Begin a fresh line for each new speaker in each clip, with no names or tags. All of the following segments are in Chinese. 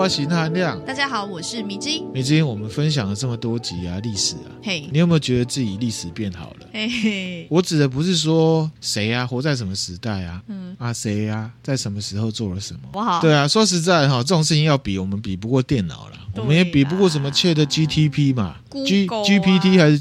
我是那含亮。
大家好，我是米晶。
米晶，我们分享了这么多集啊，历史啊，
嘿，
你有没有觉得自己历史变好了？
嘿嘿，
我指的不是说谁啊活在什么时代啊，谁啊在什么时候做了什么。
哇，
对啊，说实在哈，这种事情要比，我们比不过电脑啦，我们也比不过什么ChatGPT 嘛，GPT 还是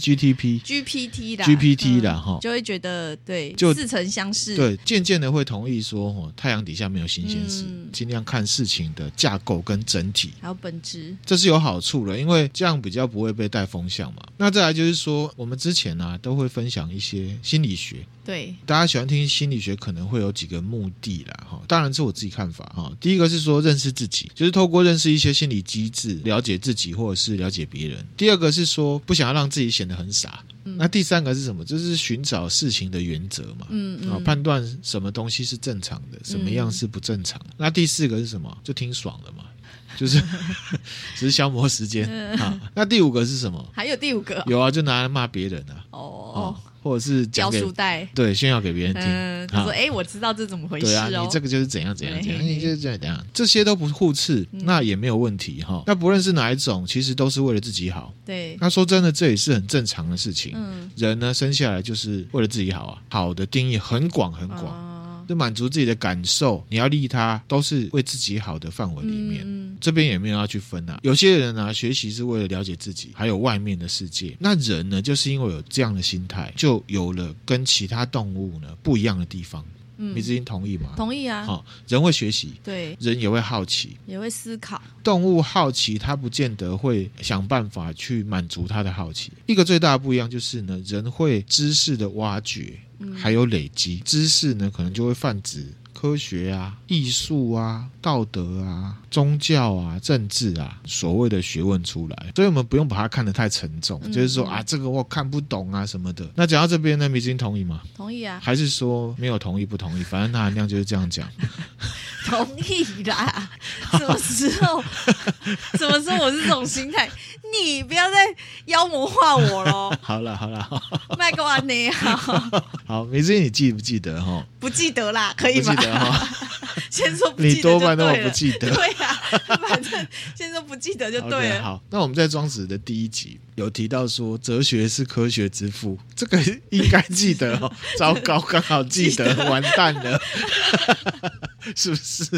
GTP？GPT
啦
，GPT 啦哈，
就会觉得对，
就
似曾相识。
对，渐渐的会同意说，太阳底下没有新鲜事，尽量看事情的架构跟整体，
还有本质，
这是有好处的，因为这样比较不会被带风向嘛。那再来就是说，我们之前啊都会分享一些心理学。
对，
大家喜欢听心理学可能会有几个目的啦，当然是我自己看法。第一个是说认识自己，就是透过认识一些心理机制了解自己或者是了解别人。第二个是说不想要让自己显得很傻。那第三个是什么？就是寻找事情的原则嘛，判断什么东西是正常的，什么样是不正常。那第四个是什么？就听爽了嘛，就是只是消磨时间。那第五个是什么？
还有第五个？
有啊，就拿来骂别人啊。或者是讲给
标书袋，
对，炫耀给别人听。
他说我知道这怎么回事。
对啊，你这个就是怎样怎样怎样，你就是这样怎样，这些都不互斥，那也没有问题哈。那不论是哪一种，其实都是为了自己好。
对，
那说真的，这也是很正常的事情。人呢生下来就是为了自己好啊，好的定义很广很广。就满足自己的感受，你要利他都是为自己好的范围里面，这边也没有要去分啊。有些人啊，学习是为了了解自己还有外面的世界，那人呢就是因为有这样的心态，就有了跟其他动物呢不一样的地方。米之音同意吗？
同意啊。
人会学习，
对，
人也会好奇，
也会思考。
动物好奇，它不见得会想办法去满足它的好奇。一个最大的不一样就是呢，人会知识的挖掘，还有累积知识呢，可能就会泛指科学啊、艺术啊、道德啊、宗教啊、政治啊，所谓的学问出来。所以我们不用把它看得太沉重，就是说这个我看不懂啊什么的。那讲到这边呢，米晶同意吗？
同意啊。
还是说没有同意不同意？反正他含量就是这样讲。
同意啦。什么时候我是这种心态？你不要再妖魔化我咯。
好了，
麦克安内
好，米晶你记不记得
不记得啦，可以吗？
不记得
先说不记得就对了。
你多半都不记得。
对啊，反正先说不记得就对了。
Okay, 好，那我们在庄子的第一集有提到说哲学是科学之父，这个应该记得糟糕，刚好记得完蛋了。是不是？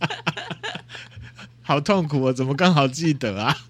好痛苦怎么刚好记得啊？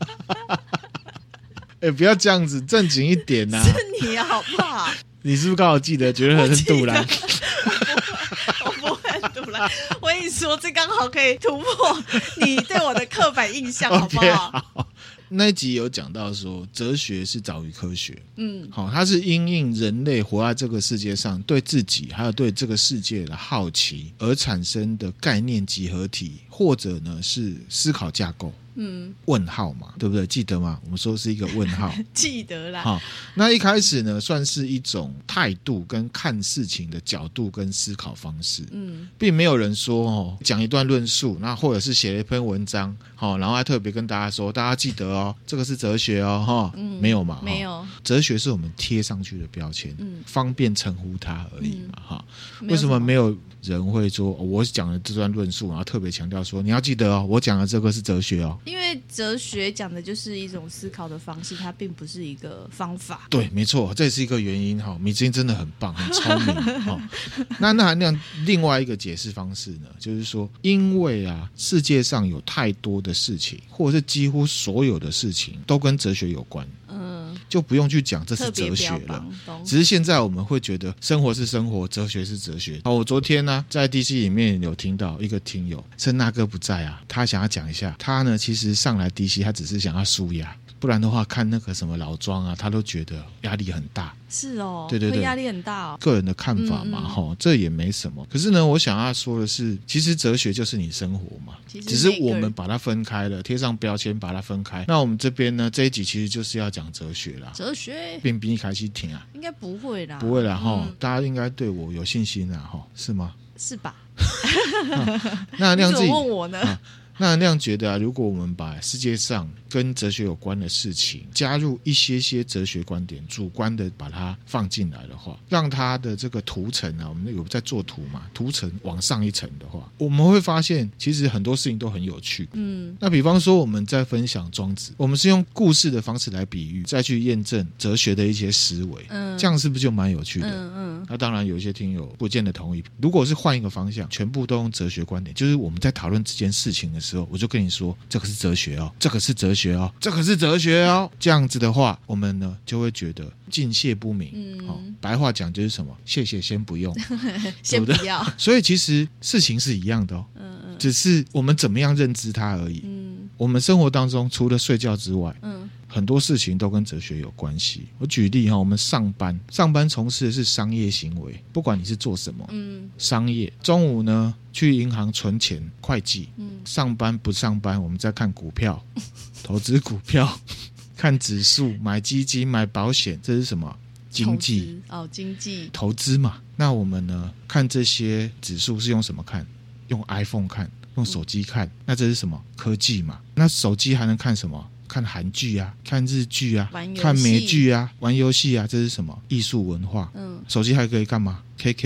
不要这样子，正经一点啊。
是你好不好？
你是不是刚好记得，觉得很杜兰？
我不会很杜兰。我跟你说，这刚好可以突破你对我的刻板印象，好不好？
Okay, 好，那一集有讲到说，哲学是早于科学。它是因应人类活在这个世界上对自己还有对这个世界的好奇而产生的概念集合体，或者呢是思考架构。问号嘛，对不对？记得吗？我们说是一个问号。
记得啦。
那一开始呢，算是一种态度跟看事情的角度跟思考方式。并没有人说讲一段论述，那或者是写了一篇文章，然后还特别跟大家说，大家记得这个是哲学没有嘛？
没有。
哲学是我们贴上去的标签，方便称呼它而已嘛。为什么没有人会说我讲了这段论述，然后特别强调说你要记得我讲的这个是哲学
因为哲学讲的就是一种思考的方式，它并不是一个方法。
对，没错，这也是一个原因。米之音真的很棒，很聪明。那含量另外一个解释方式呢，就是说因为世界上有太多的事情，或者是几乎所有的事情都跟哲学有关，就不用去讲这是哲学了。只是现在我们会觉得生活是生活，哲学是哲学。我昨天呢在 DC 里面有听到一个听友，趁那哥不在他想要讲一下，他呢其实上来 DC 他只是想要抒压，不然的话看那个什么老庄他都觉得压力很大。
是哦，
对对对，
会压力很大
个人的看法嘛，这也没什么。可是呢，我想要说的是，其实哲学就是你生活嘛，只是我们把它分开了，贴上标签把它分开。那我们这边呢，这一集其实就是要讲哲学啦。哲学并比你开始听
应该不会啦，
不会啦大家应该对我有信心啦是吗？
是吧？
那这样自己
你怎么问我呢？
那样觉得如果我们把世界上跟哲学有关的事情加入一些哲学观点，主观的把它放进来的话，让它的这个图层我们有在做图嘛，图层往上一层的话，我们会发现其实很多事情都很有趣。那比方说我们在分享庄子，我们是用故事的方式来比喻，再去验证哲学的一些思维，这样是不是就蛮有趣的？那当然有一些听友不见得同意。如果是换一个方向，全部都用哲学观点，就是我们在讨论这件事情的时候，我就跟你说这个是哲学这个是哲学这个是哲学这样子的话，我们呢就会觉得敬谢不明。白话讲就是什么，谢谢先不用
先不要。
所以其实事情是一样的只是我们怎么样认知它而已。我们生活当中除了睡觉之外，很多事情都跟哲学有关系。我举例我们上班从事的是商业行为，不管你是做什么，商业。中午呢去银行存钱，会计。上班不上班，我们在看股票，投资股票，看指数，买基金，买保险，这是什么？经济经济投资嘛。那我们呢看这些指数是用什么看？用 iPhone 看，用手机看。那这是什么？科技嘛。那手机还能看什么？看韩剧看日剧看美剧玩游戏这是什么？艺术文化。手机还可以干嘛？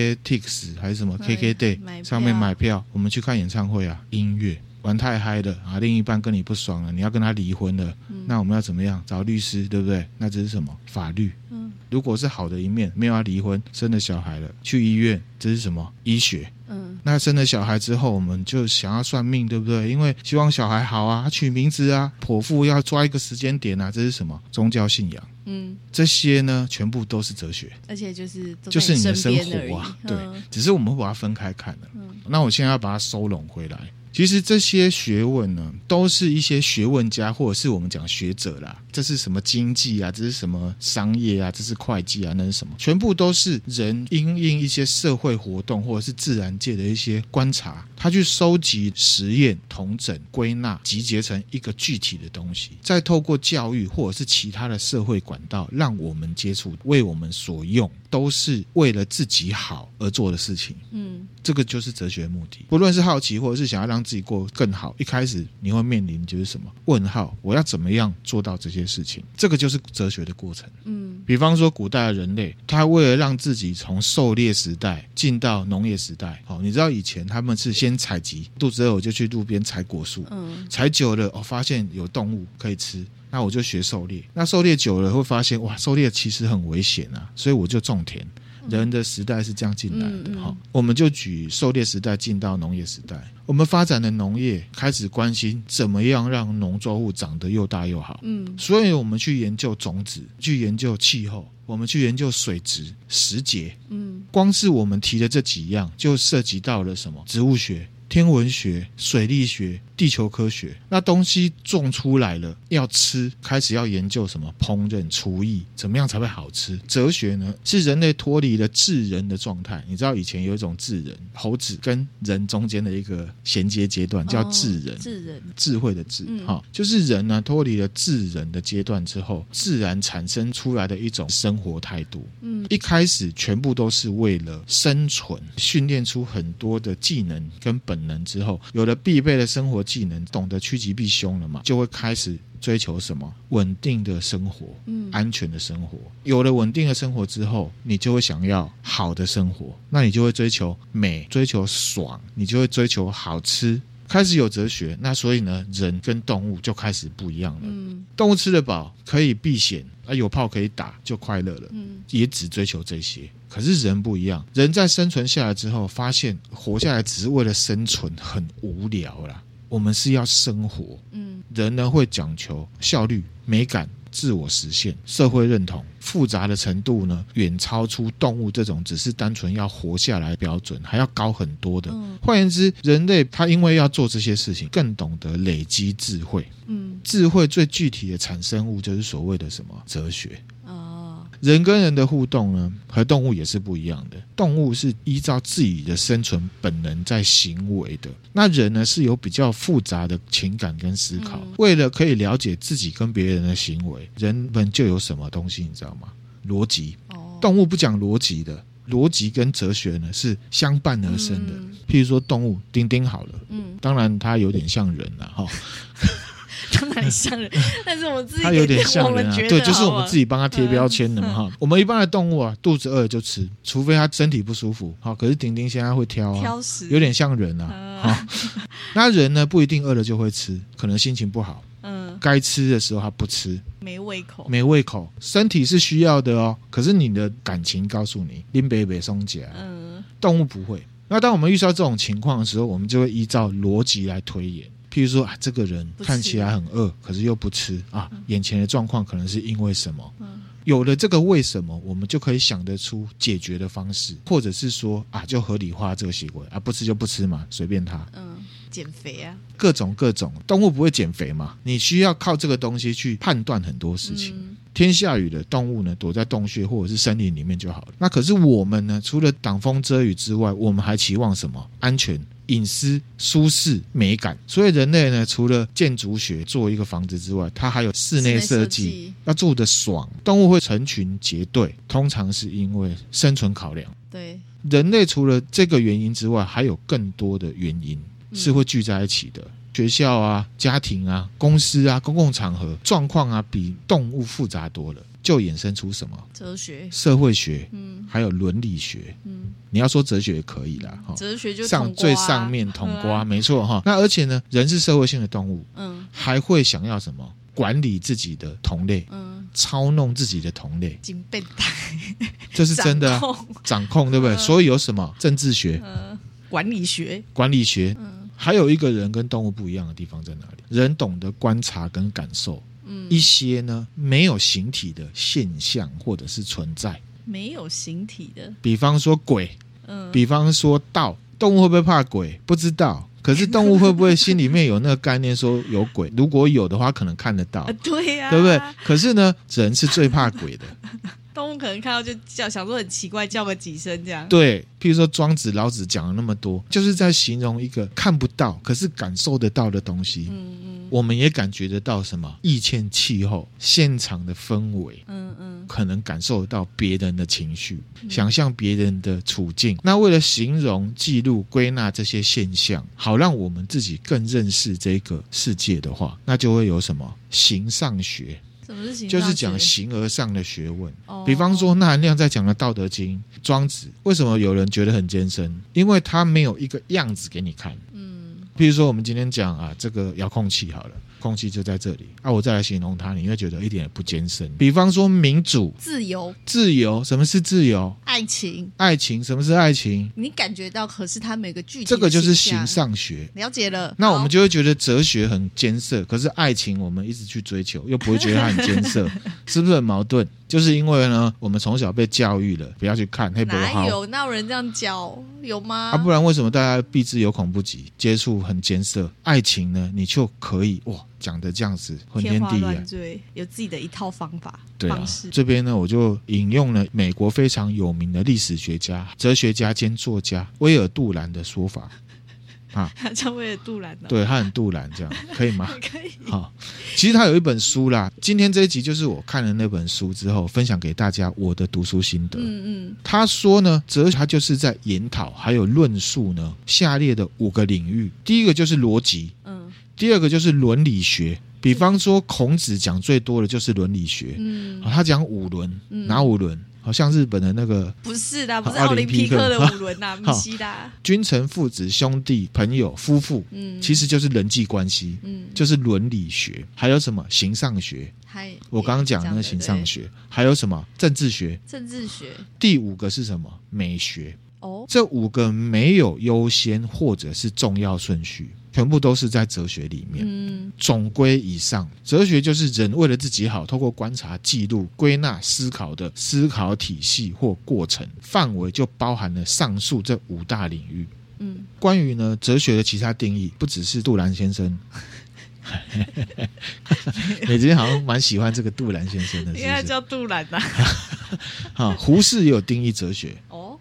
KKTix 还是什么 KKday 上面买票，我们去看演唱会音乐。玩太嗨了另一半跟你不爽了，你要跟他离婚了，那我们要怎么样？找律师，对不对？那这是什么？法律。如果是好的一面，没有要离婚，生了小孩了，去医院，这是什么？医学。那生了小孩之后，我们就想要算命，对不对？因为希望小孩好取名字剖腹要抓一个时间点这是什么？宗教信仰。这些呢全部都是哲学，
而且就是
你的生活对，只是我们会把它分开看的。那我现在要把它收拢回来。其实这些学问呢，都是一些学问家或者是我们讲学者啦。这是什么经济这是什么商业这是会计那是什么？全部都是人因应一些社会活动或者是自然界的一些观察，他去收集、实验、统整、归纳、集结成一个具体的东西，再透过教育或者是其他的社会管道，让我们接触，为我们所用，都是为了自己好而做的事情。这个就是哲学的目的。不论是好奇或者是想要让自己过更好，一开始你会面临就是什么？问号，我要怎么样做到这些事情？这个就是哲学的过程。比方说古代的人类，他为了让自己从狩猎时代进到农业时代，你知道以前他们是先采集，肚子饿我就去路边采果树，采久了发现有动物可以吃，那我就学狩猎。那狩猎久了会发现，哇，狩猎其实很危险所以我就种田。人的时代是这样进来的。我们就举狩猎时代进到农业时代，我们发展的农业开始关心怎么样让农作物长得又大又好。所以我们去研究种子，去研究气候，我们去研究水质、时节。光是我们提的这几样就涉及到了什么？植物学、天文学、水利学、地球科学。那东西种出来了要吃，开始要研究什么？烹饪、厨艺，怎么样才会好吃？哲学呢，是人类脱离了智人的状态。你知道以前有一种智人，猴子跟人中间的一个衔接阶段叫智人，智慧的智。就是人呢脱离了智人的阶段之后，自然产生出来的一种生活态度。一开始全部都是为了生存，训练出很多的技能跟本能之后，有了必备的生活技能，懂得趋吉避凶了嘛，就会开始追求什么？稳定的生活，安全的生活。有了稳定的生活之后，你就会想要好的生活，那你就会追求美，追求爽，你就会追求好吃。开始有哲学，那所以呢，人跟动物就开始不一样了。动物吃得饱可以避险，有炮可以打就快乐了，也只追求这些。可是人不一样，人在生存下来之后，发现活下来只是为了生存，很无聊啦。我们是要生活。人呢会讲求效率、美感、自我实现、社会认同，复杂的程度呢远超出动物这种只是单纯要活下来的标准，还要高很多的。换言之，人类他因为要做这些事情，更懂得累积智慧。智慧最具体的产生物就是所谓的什么？哲学。人跟人的互动呢，和动物也是不一样的。动物是依照自己的生存本能在行为的，那人呢是有比较复杂的情感跟思考。为了可以了解自己跟别人的行为，人们就有什么东西你知道吗？逻辑。动物不讲逻辑的， 逻辑跟哲学呢是相伴而生的。譬如说动物丁丁好了，当然它有点像人啦
当然像人，但是我们自己
它有点像人啊，对，就是我们自己帮它贴标签的嘛我们一般的动物啊，肚子饿了就吃，除非它身体不舒服可是丁丁现在会挑食，有点像人啊那人呢不一定饿了就会吃，可能心情不好，该吃的时候他不吃，没胃口，身体是需要的哦，可是你的感情告诉你拎北北松夹，动物不会。那当我们遇到这种情况的时候，我们就会依照逻辑来推演。譬如说这个人看起来很饿，可是又不吃眼前的状况可能是因为什么？有了这个为什么，我们就可以想得出解决的方式，或者是说就合理化这个行为不吃就不吃嘛，随便他。减肥啊，各种动物不会减肥嘛，你需要靠这个东西去判断很多事情。天下雨的动物呢，躲在洞穴或者是森林里面就好了。那可是我们呢，除了挡风遮雨之外，我们还期望什么？安全、隐私、舒适、美感。所以人类呢，除了建筑学做一个房子之外，它还有室内设计，要住得爽。动物会成群结队，通常是因为生存考量。对，人类除了这个原因之外，还有更多的原因是会聚在一起的。学校啊、家庭啊、公司啊、公共场合状况啊，比动物复杂多了，就衍生出什么？哲学、社会学，还有伦理学。你要说哲学也可以啦，哲学就最上面统瓜，没错那而且呢，人是社会性的动物，还会想要什么？管理自己的同类，操弄自己的同类，真变态，这是真的掌控对不对？所以有什么政治学、管理学。还有一个人跟动物不一样的地方在哪里？人懂得观察跟感受，一些呢没有形体的现象或者是存在，没有形体的，比方说鬼，比方说道。动物会不会怕鬼？不知道。可是动物会不会心里面有那个概念说有鬼？如果有的话，可能看得到，对呀，对不对？可是呢，人是最怕鬼的。动物可能看到就叫，想说很奇怪，叫个几声这样。对，譬如说庄子、老子讲了那么多，就是在形容一个看不到可是感受得到的东西。我们也感觉得到什么？意见、气候、现场的氛围，可能感受得到别人的情绪，想象别人的处境。那为了形容、记录、归纳这些现象，好让我们自己更认识这个世界的话，那就会有什么？形上学。什么是形上学？就是讲形而上的学问。比方说那含量在讲的《道德经》、庄子，为什么有人觉得很艰深？因为他没有一个样子给你看。比如说我们今天讲这个遥控器好了，空气就在这里我再来形容它，你会觉得一点也不艰深。比方说民主、自由，什么是自由？爱情，什么是爱情？你感觉到，可是它每个具体的这个就是形上学。了解了。那我们就会觉得哲学很艰涩，可是爱情我们一直去追求，又不会觉得它很艰涩，是不是很矛盾？就是因为呢，我们从小被教育了，不要去看黑不好。哪有人这样教？有吗？不然为什么大家避之有恐不及？接触很艰涩，爱情呢，你就可以讲的这样子昏天地暗，有自己的一套方法。对方式。这边呢，我就引用了美国非常有名的历史学家、哲学家兼作家威尔杜兰的说法。他叫威尔杜兰的，对，他很杜兰，这样可以吗？可以。好，其实他有一本书啦，今天这一集就是我看了那本书之后，分享给大家我的读书心得。他说呢，哲学它就是在研讨还有论述呢下列的5个领域。第一个就是逻辑，第二个就是伦理学。比方说孔子讲最多的就是伦理学，他讲5伦，哪5伦？好像日本的那个不是的，不是奥林匹克的5伦呐，不是的。君臣、父子、兄弟、朋友、夫妇，其实就是人际关系，就是伦理学。还有什么形上学？我刚刚讲的那个形上学，还有什么政治学？第5个是什么？美学。这5个没有优先或者是重要顺序。全部都是在哲学里面。总归以上，哲学就是人为了自己好，透过观察、记录、归纳、思考的思考体系或过程，范围就包含了上述这5大领域。关于呢哲学的其他定义，不只是杜兰先生。你今天好像蛮喜欢这个杜兰先生的，是不是？应该叫杜兰胡适也有定义哲学。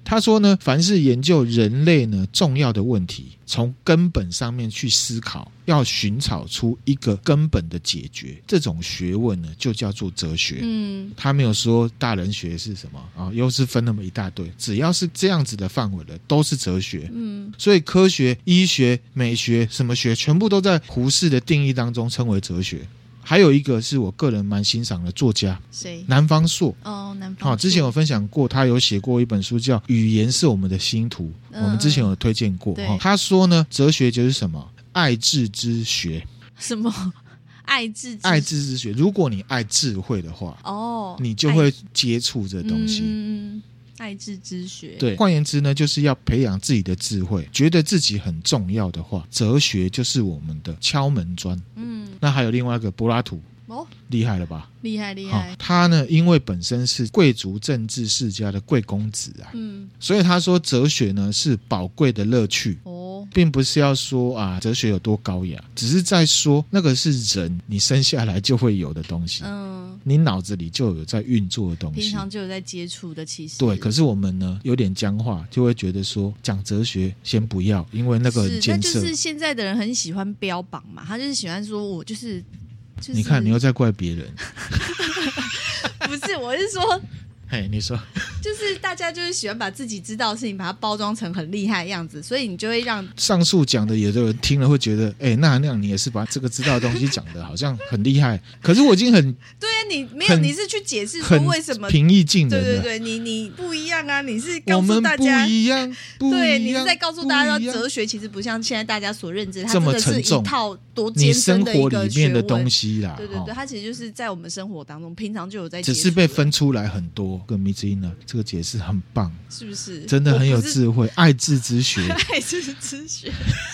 他说呢，凡是研究人类呢重要的问题，从根本上面去思考，要寻找出一个根本的解决，这种学问呢就叫做哲学。他没有说大人学是什么啊，又是分那么一大堆，只要是这样子的范围的都是哲学。所以科学、医学、美学什么学全部都在胡适的定义当中称为哲学。还有一个是我个人蛮欣赏的作家，
谁？
南方朔。
南方朔。
之前有分享过，他有写过一本书叫《语言是我们的星途》，我们之前有推荐过。他说呢，哲学就是什么？爱智之学。
什么？爱智
之学。如果你爱智慧的话，你就会接触这东西。
爱智之学。
对，换言之呢，就是要培养自己的智慧，觉得自己很重要的话，哲学就是我们的敲门砖。那还有另外一个柏拉图。厉害了吧？
厉害。
他呢，因为本身是贵族政治世家的贵公子啊，所以他说哲学呢是宝贵的乐趣。并不是要说啊哲学有多高雅，只是在说那个是人你生下来就会有的东西。你脑子里就有在运作的东西，
平常就有在接触的。其实
对，可是我们呢有点僵化，就会觉得说讲哲学先不要，因为那个很艰涩。
那就是现在的人很喜欢标榜嘛，他就是喜欢说我就是
你看你又在怪别人。
不是，我是说
你说
就是大家就是喜欢把自己知道的事情把它包装成很厉害的样子，所以你就会让
上述讲的有的人听了会觉得那你也是把这个知道的东西讲的好像很厉害，可是我已经很
对啊，你没有，你是去解释说为什么
平易近人。
对，你不一样啊，你是告诉大家
我们不一样，
对，你是在告诉大家哲学其实不像现在大家所认知，它真的是一套多艰深的一个学问，
你生活里面的东西啦。
对，它其实就是在我们生活当中平常就有在接触，
只是被分出来很多。跟迷之音呢，这个解释很棒，
是不是？
真的很有智慧，爱智之学，
爱智之学。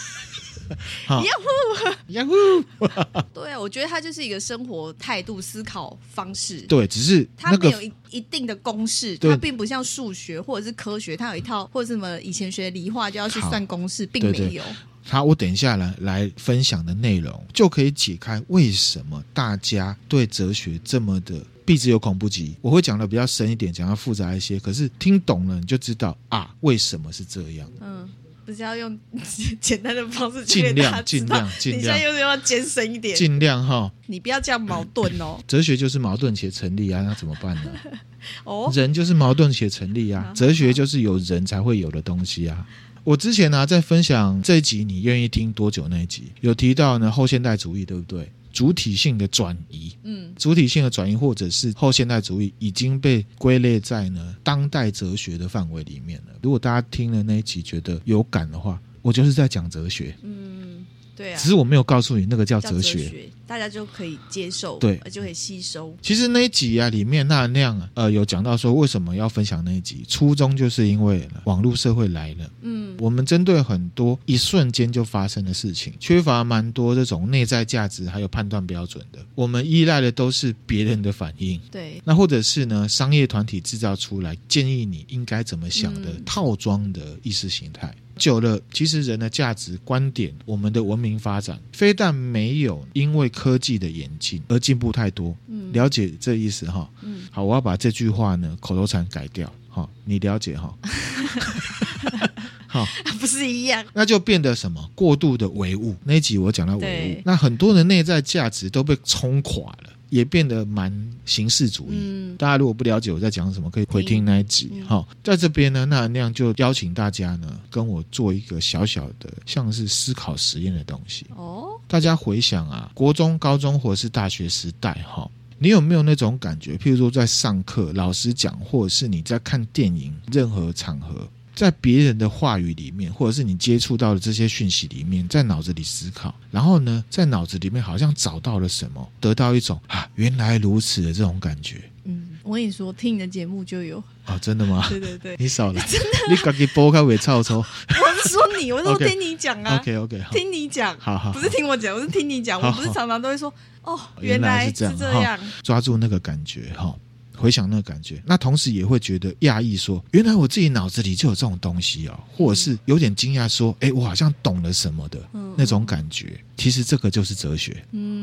呀呼！
对，我觉得它就是一个生活态度、思考方式。
对，只是
它没有一定的公式，它并不像数学或者是科学，它有一套或者是什么以前学的理化就要去算公式，并没有。
好，我等一下来分享的内容就可以解开为什么大家对哲学这么的避之有恐不及。我会讲的比较深一点，讲的复杂一些，可是听懂了你就知道啊，为什么是这样。
不是要用简单的方式，
尽量。
你现在又要艰深一点，
尽量哈。
你不要这样矛盾哦。
哲学就是矛盾且成立啊，那怎么办呢？人就是矛盾且成立啊，哲学就是有人才会有的东西啊。我之前在分享这一集你愿意听多久那一集，有提到呢后现代主义，对不对？主体性的转移，主体性的转移或者是后现代主义已经被归类在呢当代哲学的范围里面了。如果大家听了那一集觉得有感的话，我就是在讲哲学。
对啊，
只是我没有告诉你那个叫哲学，
大家就可以接受，
对，
就可以吸收。
其实那一集里面那亮有讲到说为什么要分享那一集，初衷就是因为网络社会来了，我们针对很多一瞬间就发生的事情，缺乏蛮多这种内在价值还有判断标准的，我们依赖的都是别人的反应，
对，
那或者是呢商业团体制造出来建议你应该怎么想的套装的意识形态。久了，其实人的价值观点，我们的文明发展非但没有因为科技的演进而进步太多，了解这意思哈？好，我要把这句话呢口头禅改掉，你了解哈？好，
不是一样，
那就变得什么过度的唯物。那一集我讲到唯物，那很多的内在价值都被冲垮了，也变得蛮形式主义。大家如果不了解我在讲什么，可以回听那一集。在这边呢，那样就邀请大家呢跟我做一个小小的像是思考实验的东西。大家回想国中、高中或者是大学时代你有没有那种感觉？譬如说在上课老师讲，或者是你在看电影，任何场合，在别人的话语里面，或者是你接触到的这些讯息里面，在脑子里思考，然后呢在脑子里面好像找到了什么，得到一种原来如此的这种感觉。
我跟你说，听你的节目就有。
真的吗？
对，
你少来，
真的，
你自己播开尾臭臭。
我是说你，我是说听你讲啊。
OK，
听你讲，
好，
不是听我讲，我是听你讲。我不是常常都会说，原来是这样，
抓住那个感觉回想那个感觉，那同时也会觉得讶异说，原来我自己脑子里就有这种东西或者是有点惊讶说，我好像懂了什么的那种感觉。其实这个就是哲学。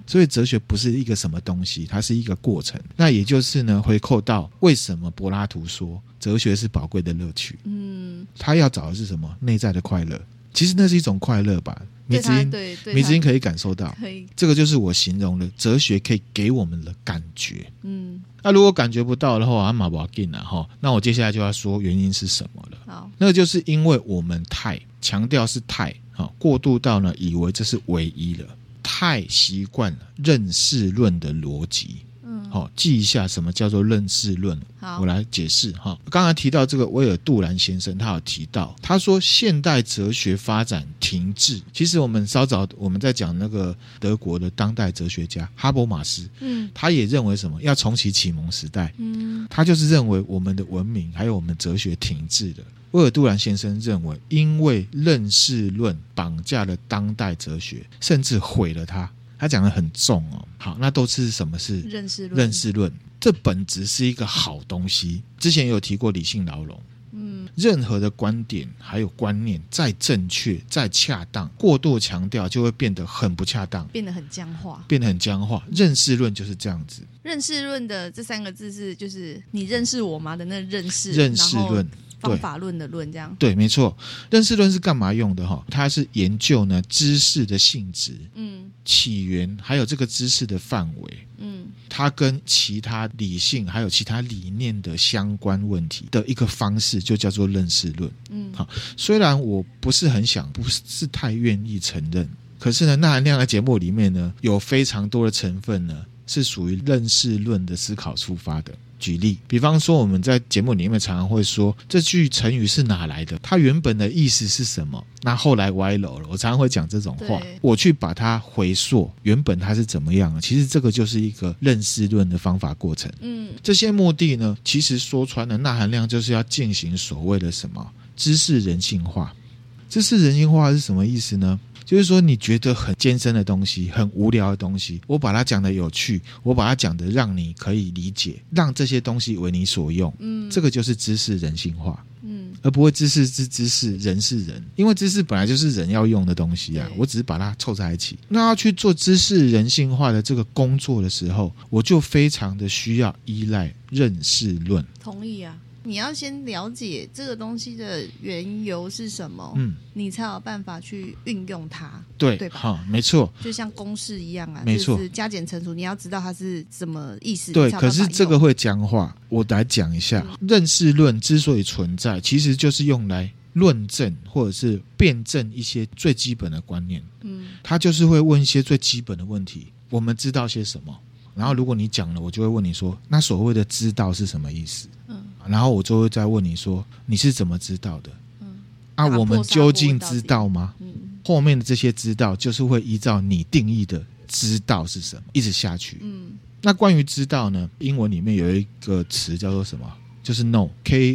所以哲学不是一个什么东西，它是一个过程。那也就是呢，回扣到为什么柏拉图说哲学是宝贵的乐趣。他要找的是什么？内在的快乐。其实那是一种快乐吧。迷之音可以感受到，这个就是我形容的哲学可以给我们的感觉。那如果感觉不到的话，马不要紧啦，那我接下来就要说原因是什么了。
好，
那个就是因为我们太强调是太过度到呢，以为这是唯一了，太习惯了认识论的逻辑。记一下什么叫做认识论，我来解释哈。刚才提到这个威尔杜兰先生，他有提到，他说现代哲学发展停滞。其实我们稍早我们在讲那个德国的当代哲学家哈伯马斯，他也认为什么要重启启蒙时代，他就是认为我们的文明还有我们哲学停滞了。威尔杜兰先生认为，因为认识论绑架了当代哲学，甚至毁了它。他讲得很重哦。好，那都是什么是认识论？这本质是一个好东西。之前有提过理性牢笼。任何的观点还有观念再正确再恰当，过度强调就会变得很不恰当，变得很僵化。认识论就是这样子。认识论的这3个字是就是你认识我吗的那认识论，方法论的论，这样对，没错。认识论是干嘛用的？它是研究呢知识的性质、起源，还有这个知识的范围，它跟其他理性还有其他理念的相关问题的一个方式，就叫做认识论。好，虽然我不是太愿意承认，可是呢，那含量的节目里面呢，有非常多的成分呢是属于认识论的思考出发的。举例，比方说我们在节目里面常常会说这句成语是哪来的，它原本的意思是什么，那后来歪楼了，我常常会讲这种话，我去把它回溯原本它是怎么样的。其实这个就是一个认识论的方法过程。这些目的呢，其实说穿了，钠含量就是要进行所谓的什么知识人性化。知识人性化是什么意思呢？就是说你觉得很艰深的东西，很无聊的东西，我把它讲得有趣，我把它讲得让你可以理解，让这些东西为你所用，这个就是知识人性化。而不会知识是知识，人是人，因为知识本来就是人要用的东西啊，我只是把它凑在一起。那要去做知识人性化的这个工作的时候，我就非常的需要依赖认识论。同意啊，你要先了解这个东西的缘由是什么，你才有办法去运用它，对吧？没错，就像公式一样啊，没错，就是加减乘除，你要知道它是什么意思。对，可是这个会僵化。我来讲一下，认识论之所以存在，其实就是用来论证或者是辩证一些最基本的观念。它就是会问一些最基本的问题，我们知道些什么？然后如果你讲了，我就会问你说，那所谓的知道是什么意思？然后我就会再问你说，你是怎么知道的？我们究竟知道吗？后面的这些知道就是会依照你定义的知道是什么一直下去。那关于知道呢，英文里面有一个词叫做什么？就是 know，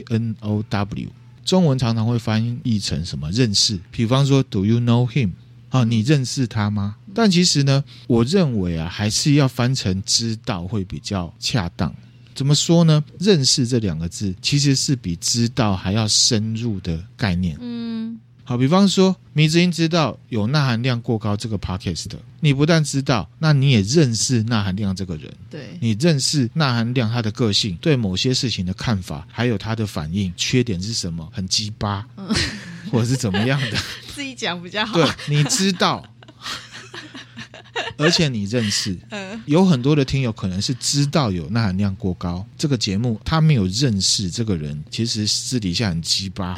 K-N-O-W， 中文常常会翻译成什么认识，比方说 Do you know him？你认识他吗？但其实呢，我认为还是要翻成知道会比较恰当。怎么说呢？认识这2个字其实是比知道还要深入的概念。好，比方说迷之音知道有钠含量过高这个 podcast 的，你不但知道，那你也认识钠含量这个人，对，你认识钠含量他的个性，对某些事情的看法，还有他的反应，缺点是什么，很鸡巴，或者是怎么样的，自己讲比较好。对，你知道而且你认识。有很多的听友可能是知道有钠含量过高这个节目，他没有认识这个人，其实私底下很鸡巴。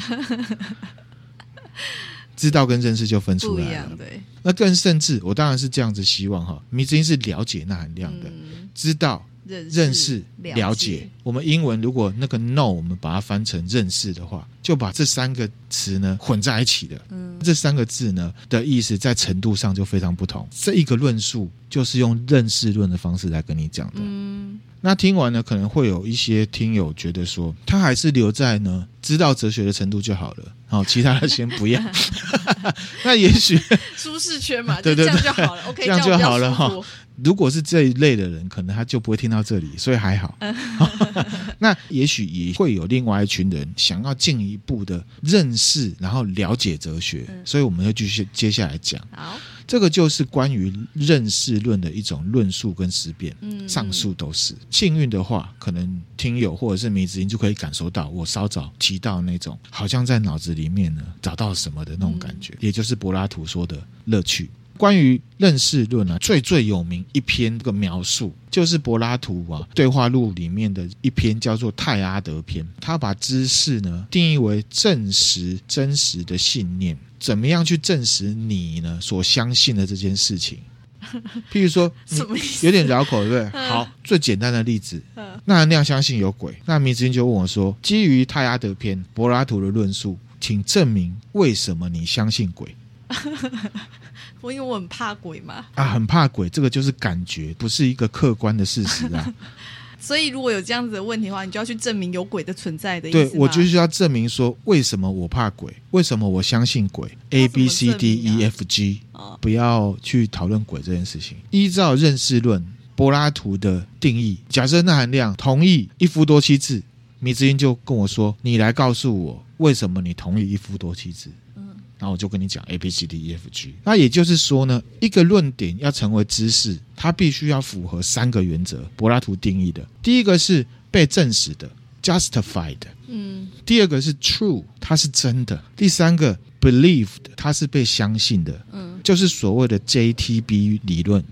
知道跟认识就分出来了，不一样，对。那更甚至，我当然是这样子希望迷之音是了解钠含量的，知道、认识、了解。我们英文如果那个 know 我们把它翻成认识的话，就把这3个词呢混在一起的。这3个字呢的意思在程度上就非常不同。这一个论述就是用认识论的方式来跟你讲的。那听完呢，可能会有一些听友觉得说，他还是留在呢知道哲学的程度就好了，其他的先不要。那也许舒适圈嘛，对对对，这样就好了。OK， 这样就好了哈。如果是这一类的人，可能他就不会听到这里，所以还好。那也许也会有另外一群人想要进一步的认识，然后了解哲学，所以我们会继续接下来讲。好， 这个就是关于认识论的一种论述跟思辨，上述都是。幸运的话，可能听友或者是迷之音就可以感受到我稍早提到那种好像在脑子里面呢找到什么的那种感觉，也就是柏拉图说的乐趣。关于认识论啊，最有名一篇这个描述，就是柏拉图啊对话录里面的一篇叫做泰阿德篇。他把知识呢定义为证实真实的信念，怎么样去证实你呢所相信的这件事情。譬如说有点绕口，对不对？好，最简单的例子，纳兰亮相信有鬼，那迷之音就问我说，基于泰阿德篇柏拉图的论述，请证明为什么你相信鬼。
因为我很怕鬼嘛。
很怕鬼，这个就是感觉，不是一个客观的事实啊。
所以如果有这样子的问题的话，你就要去证明有鬼的存在的意思吗？
对，我就是要证明说为什么我怕鬼，为什么我相信鬼 A B C D E F G、不要去讨论鬼这件事情。依照认识论柏拉图的定义，假设纳兰亮同意一夫多妻制，迷之音就跟我说，你来告诉我为什么你同意一夫多妻制。然后我就跟你讲 A B C D E F G。 那也就是说呢，一个论点要成为知识，它必须要符合3个原则，柏拉图定义的。第一个是被证实的 justified， 第二个是 true， 它是真的。第三个 believed， 它是被相信的，就是所谓的 JTB 理论。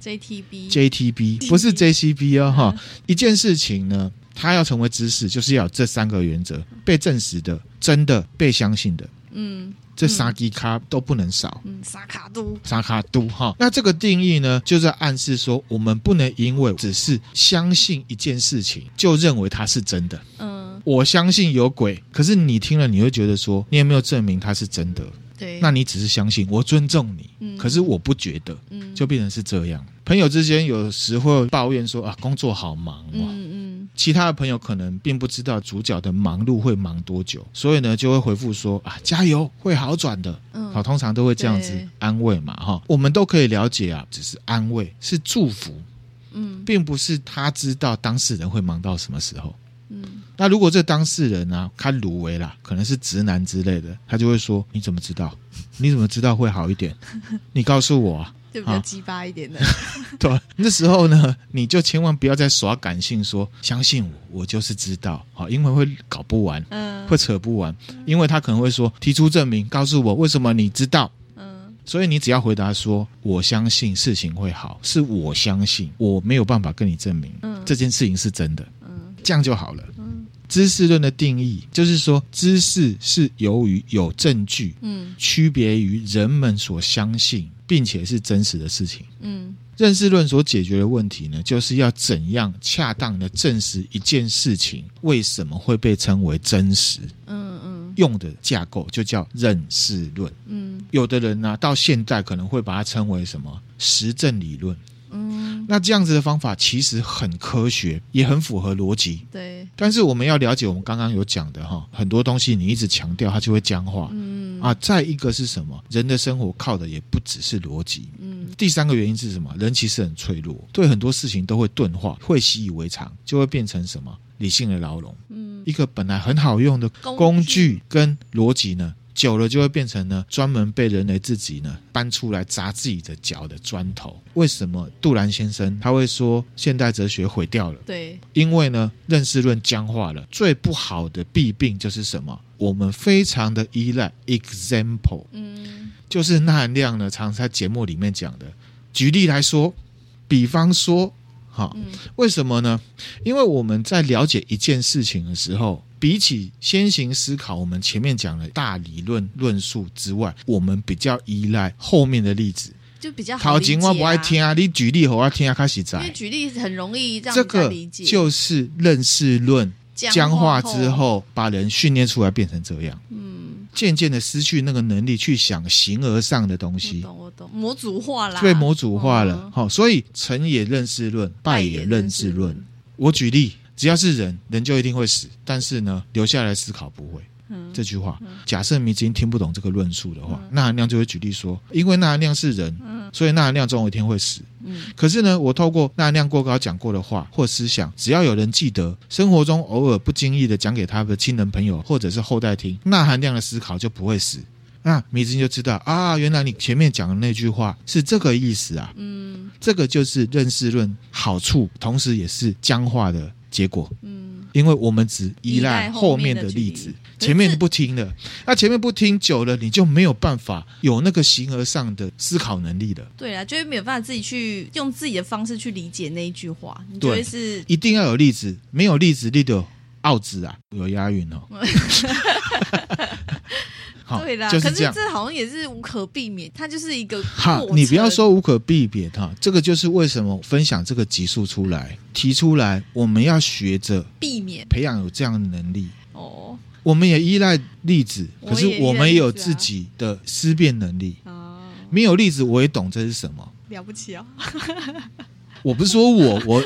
JTB 不是 JCB 哦，一件事情呢它要成为知识，就是要有这3个原则，被证实的、真的、被相信的。这三基卡都不能少。沙卡都哈。那这个定义呢，就是暗示说，我们不能因为只是相信一件事情，就认为它是真的。我相信有鬼，可是你听了你会觉得说，你有没有证明它是真的？对，那你只是相信，我尊重你，可是我不觉得，就变成是这样。朋友之间有时会抱怨说工作好忙其他的朋友可能并不知道主角的忙碌会忙多久，所以呢就会回复说加油，会好转的。通常都会这样子安慰嘛我们都可以了解只是安慰，是祝福，并不是他知道当事人会忙到什么时候。那如果这当事人他鲁为啦，可能是直男之类的，他就会说，你怎么知道？你怎么知道会好一点？你告诉我就
比较鸡巴一点的。
对，那时候呢你就千万不要再耍感性说相信我就是知道，因为会搞不完，会扯不完，因为他可能会说提出证明，告诉我为什么你知道。所以你只要回答说我相信事情会好，是我相信，我没有办法跟你证明这件事情是真的，这样就好了。知识论的定义就是说，知识是由于有证据，区别于人们所相信并且是真实的事情。认识论所解决的问题呢，就是要怎样恰当的证实一件事情为什么会被称为真实。用的架构就叫认识论。有的人到现在可能会把它称为什么实证理论。那这样子的方法其实很科学，也很符合逻辑。对，但是我们要了解我们刚刚有讲的很多东西你一直强调它就会僵化。再一个是什么？人的生活靠的也不只是逻辑。第3个原因是什么？人其实很脆弱，对很多事情都会钝化，会习以为常，就会变成什么理性的牢笼。一个本来很好用的工具跟逻辑呢，久了就会变成呢专门被人类自己呢搬出来砸自己的脚的砖头。为什么杜兰先生他会说现代哲学毁掉了？对，因为呢认识论僵化了。最不好的弊病就是什么？我们非常的依赖 example。就是纳兰亮呢常在节目里面讲的，举例来说，比方说为什么呢？因为我们在了解一件事情的时候，比起先行思考我们前面讲的大理论论述之外，我们比较依赖后面的例子，就比较好理解。我不爱听你举例给我听开始因为举例很容易让人家理解。这个就是认识论僵化之后把人训练出来变成这样。渐渐的失去那个能力去想形而上的东西。我懂，模组化啦。对，模组化了。所以成也认识论，败也认识论。我举例，只要是人，人就一定会死，但是呢留下来思考不会。这句话，假设迷之音听不懂这个论述的话，纳兰亮就会举例说，因为纳兰亮是人，所以纳兰亮总有一天会死。可是呢，我透过纳兰亮过高讲过的话或思想，只要有人记得，生活中偶尔不经意的讲给他的亲人朋友或者是后代听，纳兰亮的思考就不会死。 那迷之音就知道啊，原来你前面讲的那句话是这个意思啊。这个就是认识论好处，同时也是僵化的结果。因为我们只依赖后面的例子，前面不听了，那前面不听久了，你就没有办法有那个形而上的思考能力了。
对啊，就会没有办法自己去用自己的方式去理解那一句话，你就会是
一定要有例子，没有例子你就傲子啊，有押韵哦。
对啦，
就是这样，
可是这好像也是无可避免，它就是一个
好，你不要说无可避免哈，这个就是为什么分享这个集数出来提出来，我们要学着
避免
培养有这样的能力。
哦，
我们也依赖例子，可是我们也有自
啊
己的思辨能力。没有例子我也懂这是什么，
了不起哦。
我不是说我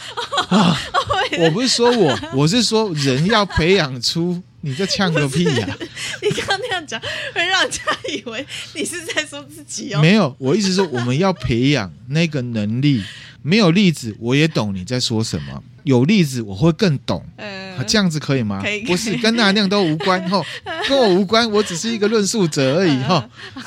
不是说我是说人要培养出。你在呛个屁呀！
你刚刚那样讲，会让人家以为你是在说自己哦。
没有，我意思说我们要培养那个能力。没有例子，我也懂你在说什么；有例子，我会更懂。这样子可以吗？
可以，
不是跟那量都无关哈，跟我无关，我只是一个论述者而已哈。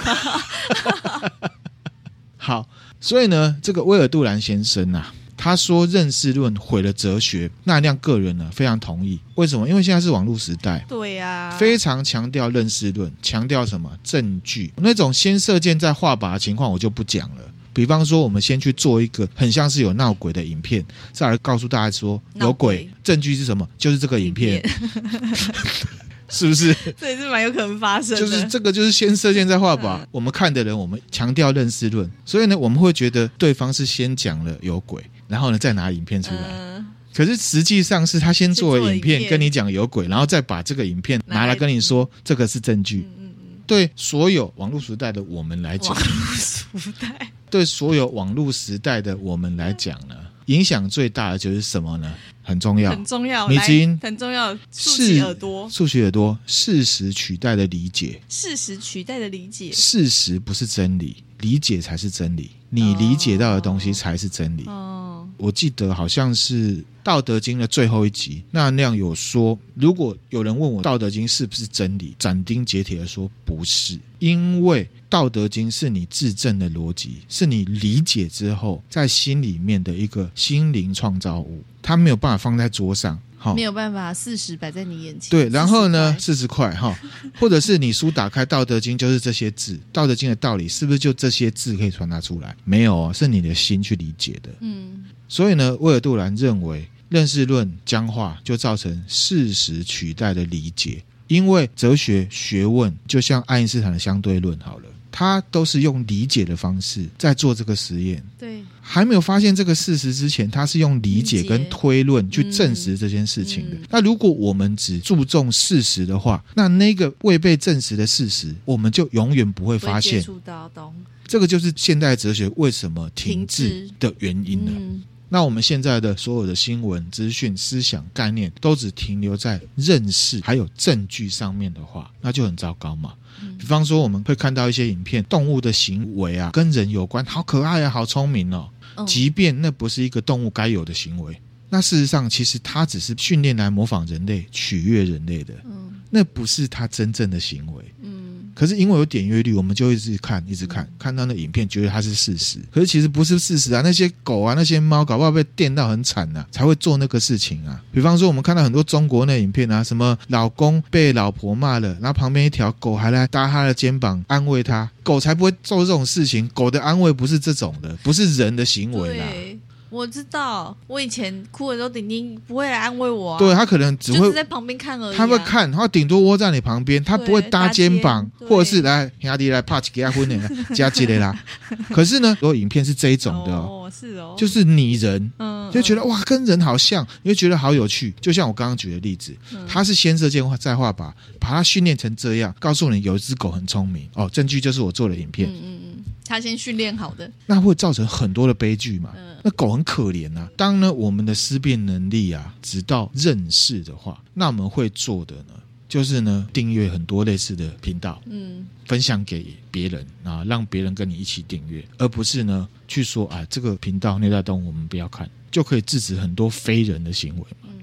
好，所以呢，这个威尔杜兰先生啊。他说认识论毁了哲学，那亮个人呢非常同意。为什么？因为现在是网络时代，
对啊，
非常强调认识论，强调什么证据。那种先射箭再画靶的情况我就不讲了。比方说我们先去做一个很像是有闹鬼的影片，再来告诉大家说有鬼，证据是什么？就是这个影片。是不是？
这也是蛮有可能发生的。
就是这个，就是先射箭再画靶。我们看的人，我们强调认识论，所以呢，我们会觉得对方是先讲了有鬼，然后呢再拿影片出来。可是实际上是他先做了影片跟你讲有鬼，然后再把这个影片拿来跟你说这个是证据。对所有网络时代的我们来讲，对所有网络时代的我们来讲呢，影响最大的就是什么呢？很重要，
很重要，
迷之音
很重要。竖起耳朵，
竖起耳朵。事实取代的理解，
事实取代的理解，
事实不是真理，理解才是真理。你理解到的东西才是真理。我记得好像是《道德经》的最后一集，那样有说，如果有人问我《道德经》是不是真理，斩钉截铁的说不是，因为《道德经》是你自证的逻辑，是你理解之后在心里面的一个心灵创造物，它没有办法放在桌上。没
有办法事实摆在你眼前。
对，然后呢，40块哈，或者是你书打开《道德经》就是这些字，《道德经》的道理是不是就这些字可以传达出来？没有哦，是你的心去理解的。所以呢，威尔杜兰认为认识论僵化就造成事实取代的理解，因为哲学学问就像爱因斯坦的相对论好了。他都是用理解的方式在做这个实验，
对，
还没有发现这个事实之前，他是用理解跟推论去证实这件事情的。那如果我们只注重事实的话，那个未被证实的事实，我们就永远不会发现。
接触到
这个就是现代哲学为什么停滞的原因了。那我们现在的所有的新闻、资讯、思想、概念都只停留在认识还有证据上面的话，那就很糟糕嘛。比方说我们会看到一些影片，动物的行为啊跟人有关，好可爱啊，好聪明哦。即便那不是一个动物该有的行为，那事实上其实它只是训练来模仿人类、取悦人类的，那不是它真正的行为。可是因为有点阅率，我们就一直看看到那影片，觉得它是事实。可是其实不是事实啊！那些狗啊，那些猫，搞不好被电到很惨啊，才会做那个事情啊。比方说，我们看到很多中国那影片啊，什么老公被老婆骂了，然后旁边一条狗还来搭他的肩膀安慰他，狗才不会做这种事情。狗的安慰不是这种的，不是人的行为啦。
我知道，我以前哭的时候，丁丁不会来安慰我
对，他可能只会
就是在旁边看而已。
他会看，他顶多窝在你旁边，他不会搭肩膀，或者是来兄弟来啪给他婚的加起来啦。可是呢，有影片是这一种的
是哦，
就是拟人，就觉得哇，跟人好像，你会觉得好有趣。就像我刚刚举的例子，他是先射箭再画靶，把他训练成这样，告诉你有一只狗很聪明哦，证据就是我做的影片。
他先训练好的，
那会造成很多的悲剧嘛。那狗很可怜啊。当呢我们的思辨能力啊直到认识的话，那我们会做的呢就是呢订阅很多类似的频道，分享给别人啊，让别人跟你一起订阅，而不是呢去说啊这个频道虐待动物我们不要看，就可以制止很多非人的行为嘛。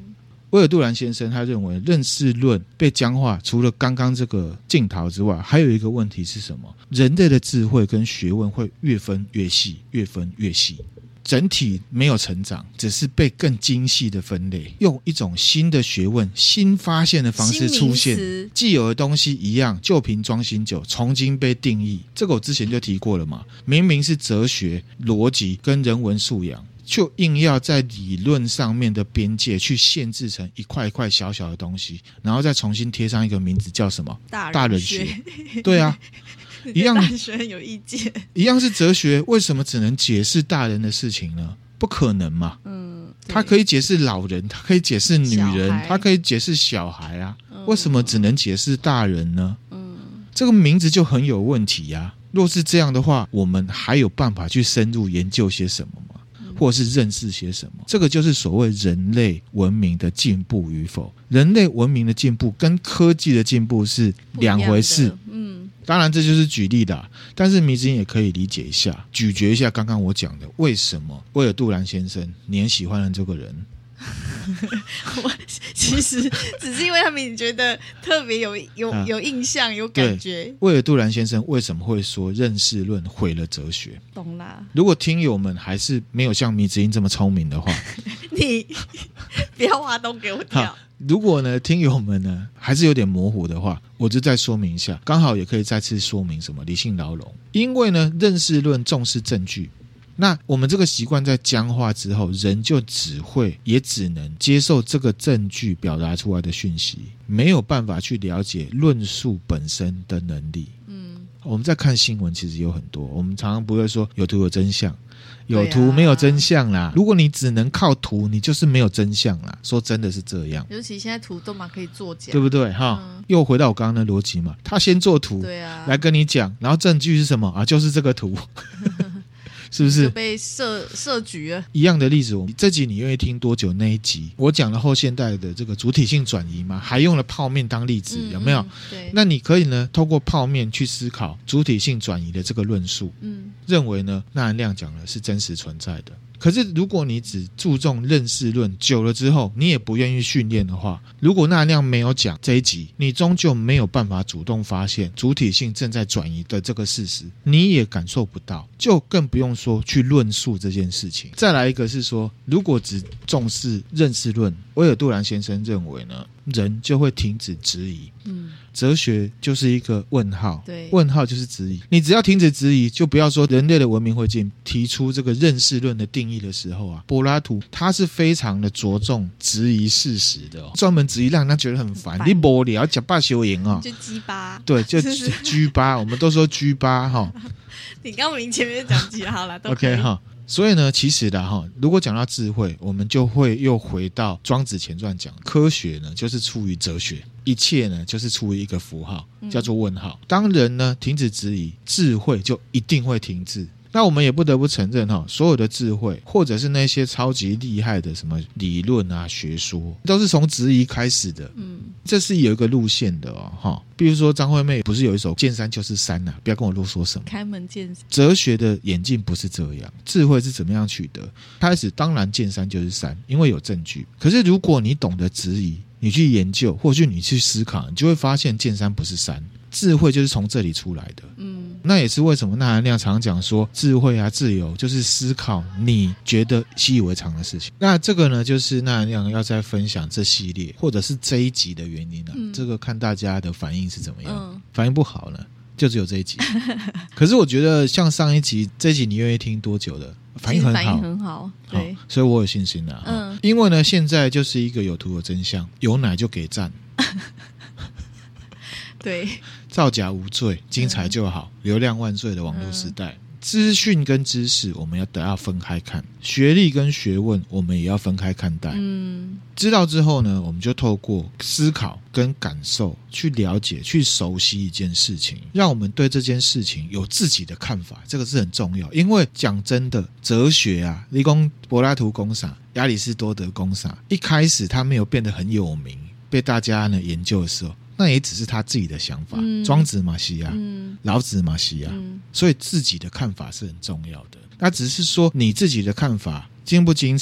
威尔杜兰先生他认为认识论被僵化，除了刚刚这个镜头之外，还有一个问题是什么？人类的智慧跟学问会越分越细，越分越细，整体没有成长，只是被更精细的分类，用一种新的学问、新发现的方式出现，既有的东西一样，旧瓶装新酒，重新被定义。这个我之前就提过了嘛，明明是哲学、逻辑跟人文素养，就硬要在理论上面的边界去限制成一块一块小小的东西，然后再重新贴上一个名字叫什么？大人学。对啊，一样，大
学很有意见，
一样是哲学，为什么只能解释大人的事情呢？不可能嘛。它可以解释老人，它可以解释女人，它可以解释小孩啊，为什么只能解释大人呢？这个名字就很有问题啊。若是这样的话，我们还有办法去深入研究些什么吗？或是认识些什么？这个就是所谓人类文明的进步与否。人类文明的进步跟科技的进步是两回事。当然这就是举例的，但是迷之音也可以理解一下，咀嚼一下刚刚我讲的，为什么威尔杜兰先生你很喜欢的这个人
我其实只是因为他们觉得特别有印象有感觉。
威尔杜兰先生为什么会说认识论毁了哲学？
懂啦。
如果听友们还是没有像迷之音这么聪明的话
你不要挖洞给我跳。
如果呢听友们呢还是有点模糊的话，我就再说明一下，刚好也可以再次说明什么理性牢笼。因为呢认识论重视证据，那我们这个习惯在僵化之后，人就也只能接受这个证据表达出来的讯息，没有办法去了解论述本身的能力。我们在看新闻其实有很多，我们常常不会说有图有真相，有图没有真相啦。如果你只能靠图，你就是没有真相啦。说真的是这样，
尤其现在图都嘛可以作假，
对不对？又回到我刚刚的逻辑嘛，他先做图，来跟你讲，然后证据是什么啊？就是这个图。是不是
就被设局了？
一样的例子，这集你愿意听多久？那一集我讲了后现代的这个主体性转移嘛，还用了泡面当例子，有没有？
对。
那你可以呢，透过泡面去思考主体性转移的这个论述，认为呢，纳兰亮讲的是真实存在的。可是如果你只注重认识论，久了之后你也不愿意训练的话，如果纳兰亮没有讲这一集，你终究没有办法主动发现主体性正在转移的这个事实，你也感受不到，就更不用说去论述这件事情。再来一个是说，如果只重视认识论，威尔杜兰先生认为呢，人就会停止质疑。哲学就是一个问号，对，问号就是质疑。你只要停止质疑，就不要说人类的文明会提出这个认识论的定义的时候啊，柏拉图他是非常的着重质疑事实的专门质疑让人觉得很烦。你无聊假霸修营
就鸡巴，
对，就居巴，我们都说居巴
你刚明前面讲鸡好了都可以
OK 所以呢，其实的如果讲到智慧，我们就会又回到庄子前传讲，科学呢就是出于哲学，一切呢就是出于一个符号，叫做问号。当人呢停止质疑，智慧就一定会停滞。那我们也不得不承认所有的智慧或者是那些超级厉害的什么理论啊学说，都是从质疑开始的。这是有一个路线的比如说张惠妹不是有一首见山就是山不要跟我啰嗦什么，
开门见山。
哲学的演进不是这样，智慧是怎么样取得？开始当然见山就是山，因为有证据。可是如果你懂得质疑，你去研究，或许你去思考，你就会发现见山不是山，智慧就是从这里出来的。那也是为什么纳兰亮常讲说智慧啊自由就是思考你觉得习以为常的事情。那这个呢就是纳兰亮要再分享这系列或者是这一集的原因这个看大家的反应是怎么样。反应不好呢就只有这一集可是我觉得像上一集这一集你愿意听多久的反应很好，对，所以我有信心因为呢现在就是一个有图有真相，有奶就给赞
对，
造假无罪，精彩就好，流量万岁的网络时代。资讯跟知识我们要分开看，学历跟学问我们也要分开看待。知道之后呢，我们就透过思考跟感受去了解去熟悉一件事情，让我们对这件事情有自己的看法，这个是很重要。因为讲真的，哲学啊，你说柏拉图公啥，亚里士多德公啥，一开始他没有变得很有名，被大家呢研究的时候，那也只是他自己的想法。庄子嘛是啊，老子嘛是啊，所以自己的看法是很重要的。那只是说你自己的看法精不精彩，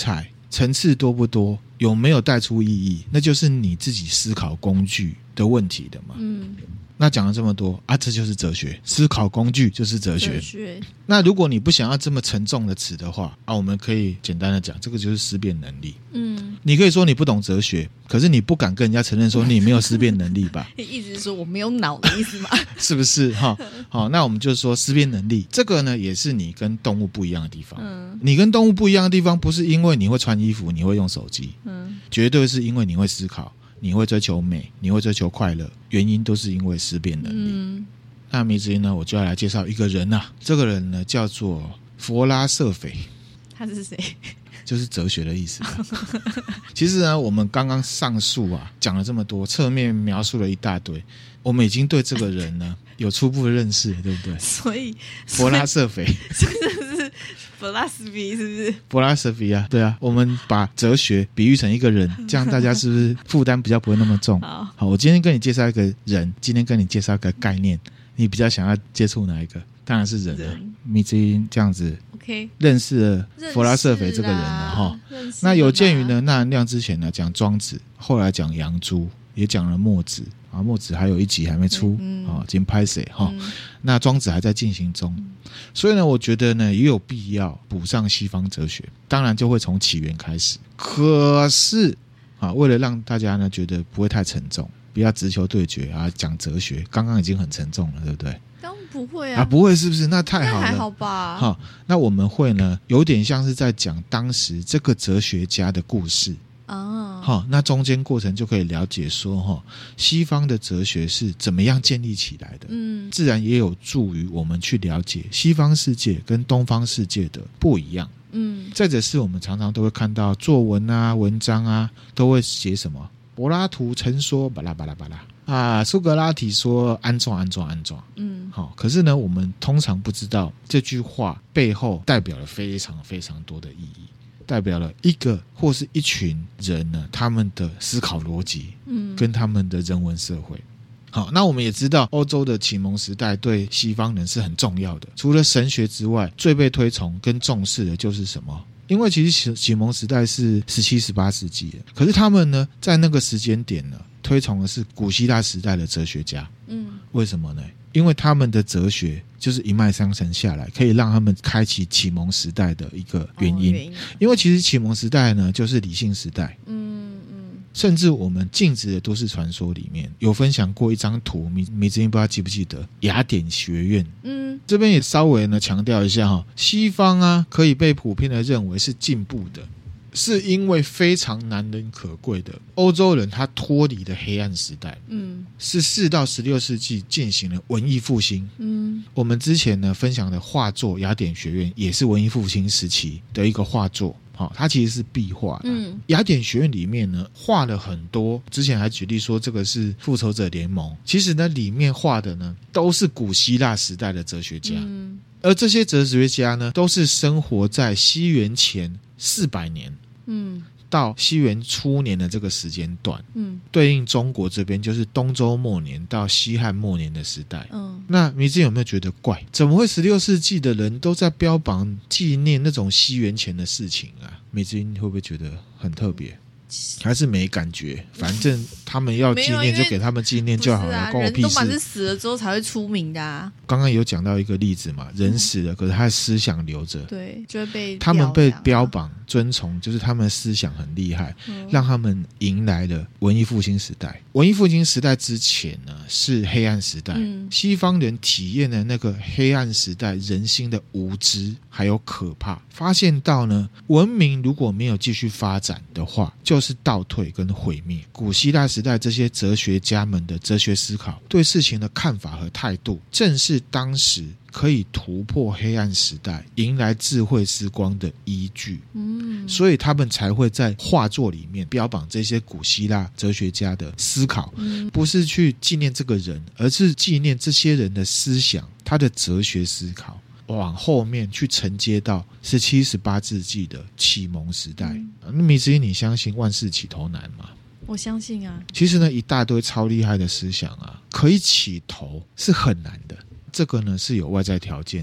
层次多不多，有没有带出意义，那就是你自己思考工具的问题的嘛。那讲了这么多啊，这就是哲学，思考工具就是哲学。那如果你不想要这么沉重的词的话啊，我们可以简单的讲，这个就是思辨能力。你可以说你不懂哲学，可是你不敢跟人家承认说你没有思辨能力吧？
意思是说我没有脑的意思吗？
是不是哈？好，那我们就说思辨能力，这个呢也是你跟动物不一样的地方。你跟动物不一样的地方，不是因为你会穿衣服，你会用手机，绝对是因为你会思考。你会追求美，你会追求快乐，原因都是因为思辨能力。那迷之音呢，我就要来介绍一个人啊，这个人呢叫做弗拉瑟斐。
他是谁？
就是哲学的意思。其实呢，我们刚刚上述啊讲了这么多，侧面描述了一大堆，我们已经对这个人呢有初步的认识，对不对？
所以
弗拉瑟斐
真的是philosophy 是不是？
philosophy 啊，对啊，我们把哲学比喻成一个人，这样大家是不是负担比较不会那么重？好，我今天跟你介绍一个人，今天跟你介绍一个概念，你比较想要接触哪一个？当然是人了。米之音这样子
OK
认识了弗拉瑟斐这个人了哈。那有鉴于呢，纳兰亮之前呢讲庄子，后来讲杨朱，也讲了墨子啊，墨子还有一集还没出啊，今拍谁哈？那庄子还在进行中，所以呢，我觉得呢也有必要补上西方哲学，当然就会从起源开始。可是啊，为了让大家呢觉得不会太沉重，不要直球对决啊，讲哲学，刚刚已经很沉重了，对不对？
当然不会啊，
不会是不是？那太好了，
那还好吧？
好，那我们会呢，有点像是在讲当时这个哲学家的故事啊。好，那中间过程就可以了解说，西方的哲学是怎么样建立起来的。自然也有助于我们去了解西方世界跟东方世界的不一样。再者是我们常常都会看到作文啊、文章啊，都会写什么柏拉图曾说巴拉巴拉巴拉。啊，苏格拉底说安装安装安装，好，可是呢，我们通常不知道这句话背后代表了非常非常多的意义，代表了一个或是一群人呢，他们的思考逻辑，跟他们的人文社会。好，那我们也知道欧洲的启蒙时代对西方人是很重要的，除了神学之外，最被推崇跟重视的就是什么？因为其实启蒙时代是17、18世纪的，可是他们呢，在那个时间点呢，推崇的是古希腊时代的哲学家。为什么呢？因为他们的哲学就是一脉相承下来，可以让他们开启启蒙时代的一个原因。因为其实启蒙时代呢，就是理性时代。甚至我们镜子的都市传说里面有分享过一张图，米之音不知道记不记得雅典学院。这边也稍微呢强调一下西方啊可以被普遍的认为是进步的，是因为非常难能可贵的欧洲人他脱离了黑暗时代。14到16世纪进行了文艺复兴。我们之前呢分享的画作雅典学院也是文艺复兴时期的一个画作。它其实是壁画的。雅典学院里面呢画了很多，之前还举例说这个是复仇者联盟，其实呢里面画的呢都是古希腊时代的哲学家。而这些哲学家呢都是生活在西元前400年到西元初年的这个时间段。对应中国这边就是东周末年到西汉末年的时代。那米之有没有觉得怪？怎么会16世纪的人都在标榜纪念那种西元前的事情啊？米之会不会觉得很特别？还是没感觉？反正他们要纪念就给他们纪念就好了，关我屁事。
人都嘛是死了之后才会出名的啊。刚
刚有讲到一个例子嘛，人死了，可是他的思想留着，
对，就会被
他们被标榜尊崇，就是他们的思想很厉害，让他们迎来了文艺复兴时代。文艺复兴时代之前呢是黑暗时代，西方人体验了那个黑暗时代人心的无知还有可怕，发现到呢文明如果没有继续发展的话，就是倒退跟毁灭。古希腊时代这些哲学家们的哲学思考，对事情的看法和态度，正是当时可以突破黑暗时代迎来智慧之光的依据。所以他们才会在画作里面标榜这些古希腊哲学家的思考，不是去纪念这个人，而是纪念这些人的思想，他的哲学思考往后面去承接到17、18世纪的启蒙时代。那米之音，你相信万事起头难吗？
我相信啊。
其实呢，一大堆超厉害的思想啊，可以起头是很难的。这个呢是有外在条件的，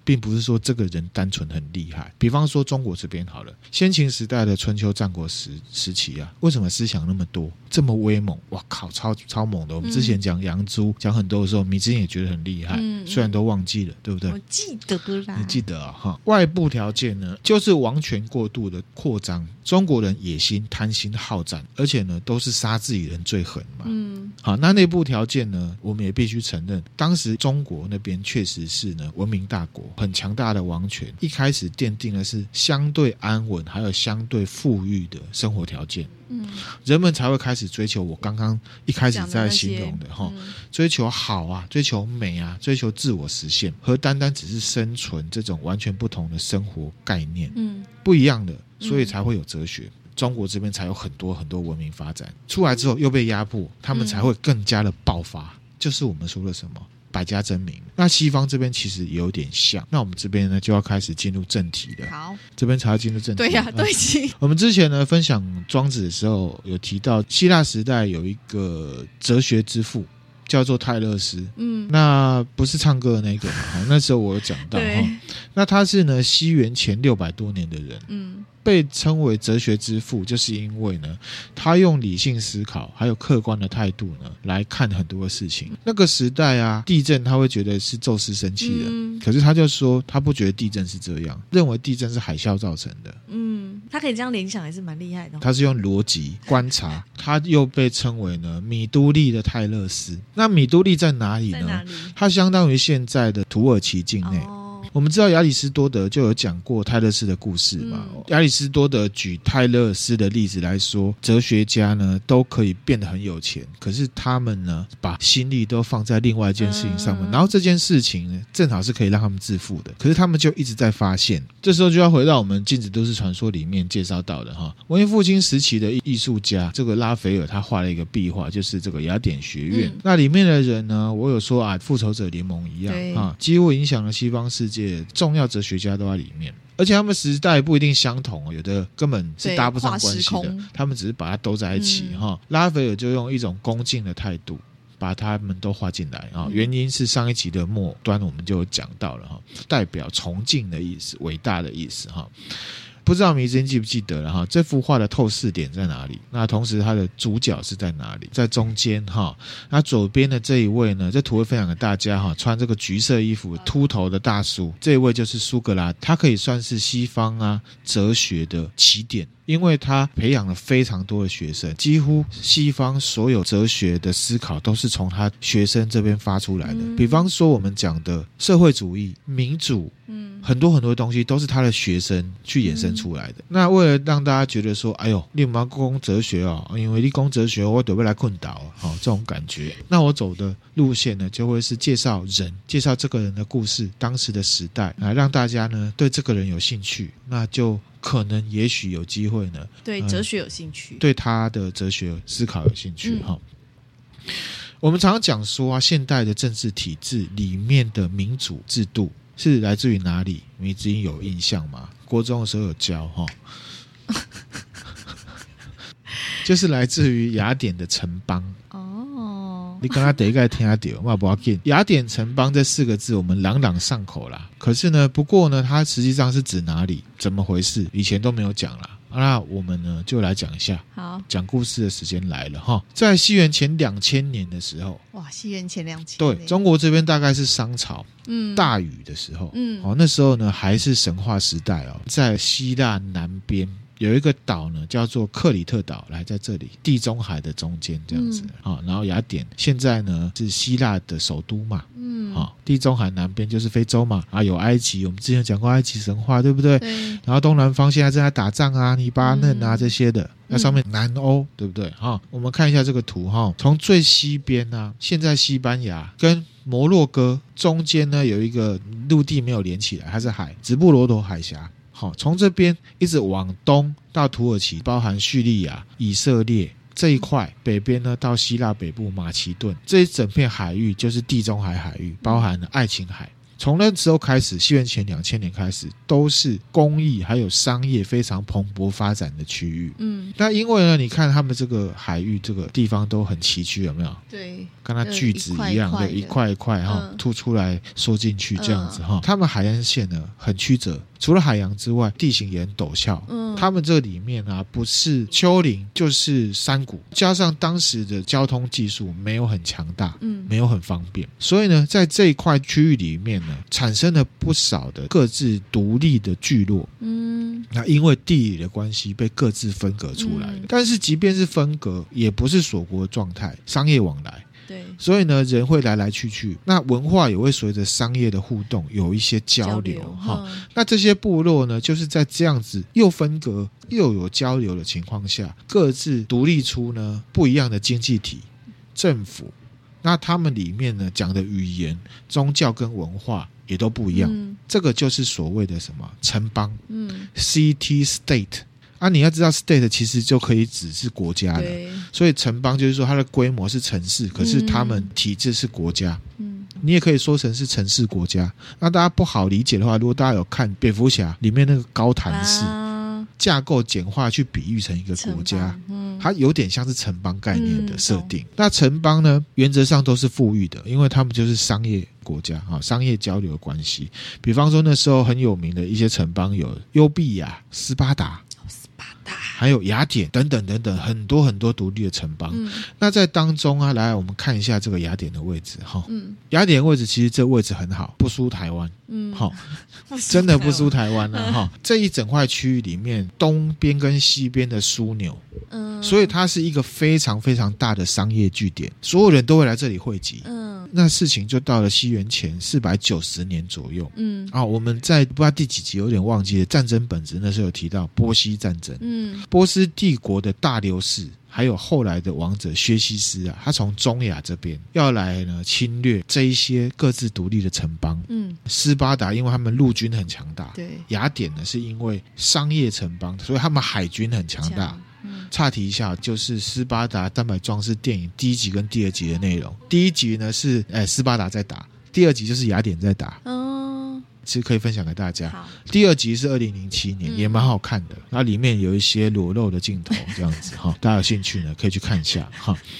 并不是说这个人单纯很厉害。比方说中国这边好了，先秦时代的春秋战国时期啊，为什么思想那么多，这么威猛？哇靠，超猛的！我们之前讲杨朱讲很多的时候，迷之音也觉得很厉害，虽然都忘记了，对不对？
我记得啦，
你记得啊哈。外部条件呢，就是王权过度的扩张，中国人野心、贪心、好战，而且呢都是杀自己人最狠嘛。好，那内部条件呢，我们也必须承认，当时中国那边确实是呢文明大国，很强大的王权，一开始奠定的是相对安稳还有相对富裕的生活条件。人们才会开始追求我刚刚一开始在形容的追求好啊，追求美啊，追求自我实现，和单单只是生存这种完全不同的生活概念不一样的，所以才会有哲学。中国这边才有很多很多文明发展出来之后又被压迫，他们才会更加的爆发，就是我们说的什么百家争鸣。那西方这边其实也有点像，那我们这边呢就要开始进入正题了。
好，
这边才要进入正题。
对呀，对齐。
我们之前呢分享庄子的时候有提到，希腊时代有一个哲学之父叫做泰勒斯，那不是唱歌的那个嘛，那时候我有讲到那他是呢西元前600多年的人，被称为哲学之父，就是因为呢他用理性思考还有客观的态度呢来看很多的事情。那个时代啊，地震他会觉得是宙斯生气了，可是他就说他不觉得地震是这样，认为地震是海啸造成的。
他可以这样联想还是蛮厉害的。
他是用逻辑观察，他又被称为呢米都利的泰勒斯。那米都利在哪里呢？它相当于现在的土耳其境内。我们知道亚里士多德就有讲过泰勒斯的故事嘛。亚里士多德举泰勒斯的例子来说，哲学家呢都可以变得很有钱，可是他们呢把心力都放在另外一件事情上面，然后这件事情呢正好是可以让他们致富的，可是他们就一直在发现。这时候就要回到我们镜子都市传说里面介绍到的文艺复兴时期的艺术家，这个拉斐尔他画了一个壁画，就是这个雅典学院。那里面的人呢，我有说复仇者联盟一样几乎影响了西方世界重要哲学家都在里面，而且他们时代不一定相同，有的根本是搭不上关系的，他们只是把它兜在一起拉斐尔就用一种恭敬的态度把他们都画进来原因是上一集的末端我们就有讲到了代表崇敬的意思，伟大的意思不知道迷之音记不记得了这幅画的透视点在哪里？那同时它的主角是在哪里？在中间那左边的这一位呢，这图会分享给大家穿这个橘色衣服秃头的大叔，这一位就是苏格拉，他可以算是西方哲学的起点，因为他培养了非常多的学生，几乎西方所有哲学的思考都是从他学生这边发出来的。比方说我们讲的社会主义、民主很多很多东西都是他的学生去衍生出来的。那为了让大家觉得说哎呦你有没有讲哲学因为你讲哲学我就要来困倒这种感觉，那我走的路线呢就会是介绍人，介绍这个人的故事，当时的时代让大家呢对这个人有兴趣，那就可能也许有机会呢
对哲学有兴趣，
对他的哲学思考有兴趣我们常常讲说现代的政治体制里面的民主制度是来自于哪里？迷之音有印象吗？国中的时候有教就是来自于雅典的城邦你刚刚第一个听到我不要紧，雅典城邦这4个字我们朗朗上口啦，可是呢不过呢它实际上是指哪里，怎么回事以前都没有讲啦。那我们呢就来讲一下，好，讲故事的时间来了在西元前2000年的时候，
哇，西元前2000，
对，中国这边大概是商朝大禹的时候那时候呢还是神话时代在希腊南边有一个岛呢叫做克里特岛，来在这里地中海的中间这样子然后雅典现在呢是希腊的首都嘛地中海南边就是非洲嘛有埃及，我们之前讲过埃及神话对不对？然后东南方现在正在打仗黎巴嫩这些的，那上面南欧对不对我们看一下这个图从最西边现在西班牙跟摩洛哥中间呢有一个陆地没有连起来，它是海，直布罗陀海峡从这边一直往东到土耳其，包含叙利亚、以色列这一块，北边呢到希腊北部马其顿，这一整片海域就是地中海海域，包含了爱琴海从那时候开始，西元前2000年开始，都是工艺还有商业非常蓬勃发展的区域。那因为呢，你看他们这个海域这个地方都很崎岖，有没有？
对，
跟它锯子一样，对，一块一块凸出来缩进去这样子他们海岸线呢很曲折，除了海洋之外，地形也很陡峭。他们这里面啊，不是丘陵就是山谷，加上当时的交通技术没有很强大，没有很方便，所以呢，在这一块区域里面呢，产生了不少的各自独立的聚落。那因为地理的关系被各自分隔出来了，但是即便是分隔，也不是锁国的状态，商业往来。
对，
所以呢，人会来来去去，那文化也会随着商业的互动有一些交流那这些部落呢，就是在这样子又分隔又有交流的情况下，各自独立出呢不一样的经济体、政府。那他们里面呢讲的语言、宗教跟文化也都不一样。这个就是所谓的什么城邦，city state。你要知道 state 其实就可以指是国家了，所以城邦就是说它的规模是城市，可是他们体制是国家。你也可以说成是城市国家。那大家不好理解的话，如果大家有看蝙蝠侠里面那个高谭市，架构简化去比喻成一个国家，它有点像是城邦概念的设定。那城邦呢，原则上都是富裕的，因为他们就是商业国家，商业交流的关系。比方说那时候很有名的一些城邦有优庇亚、斯巴达，还有雅典等等等等，很多很多独立的城邦。那在当中啊，来我们看一下这个雅典的位置雅典的位置其实这位置很好，不输台湾。真的不输台湾这一整块区域里面，东边跟西边的枢纽，所以它是一个非常非常大的商业据点，所有人都会来这里汇集。那事情就到了西元前490年左右。我们在不知道第几集有点忘记了，战争本质那时候有提到波西战争。波斯帝国的大流士还有后来的王者薛西斯啊，他从中亚这边要来呢侵略这一些各自独立的城邦。斯巴达因为他们陆军很强大，对，雅典呢是因为商业城邦，所以他们海军很强大。岔题一下，就是斯巴达300壮士电影第1集跟第2集的内容。第1集呢是斯巴达在打，第2集就是雅典在打。其实可以分享给大家。第2集是2007年，也蛮好看的，然后里面有一些裸露的镜头这样子大家有兴趣呢可以去看一下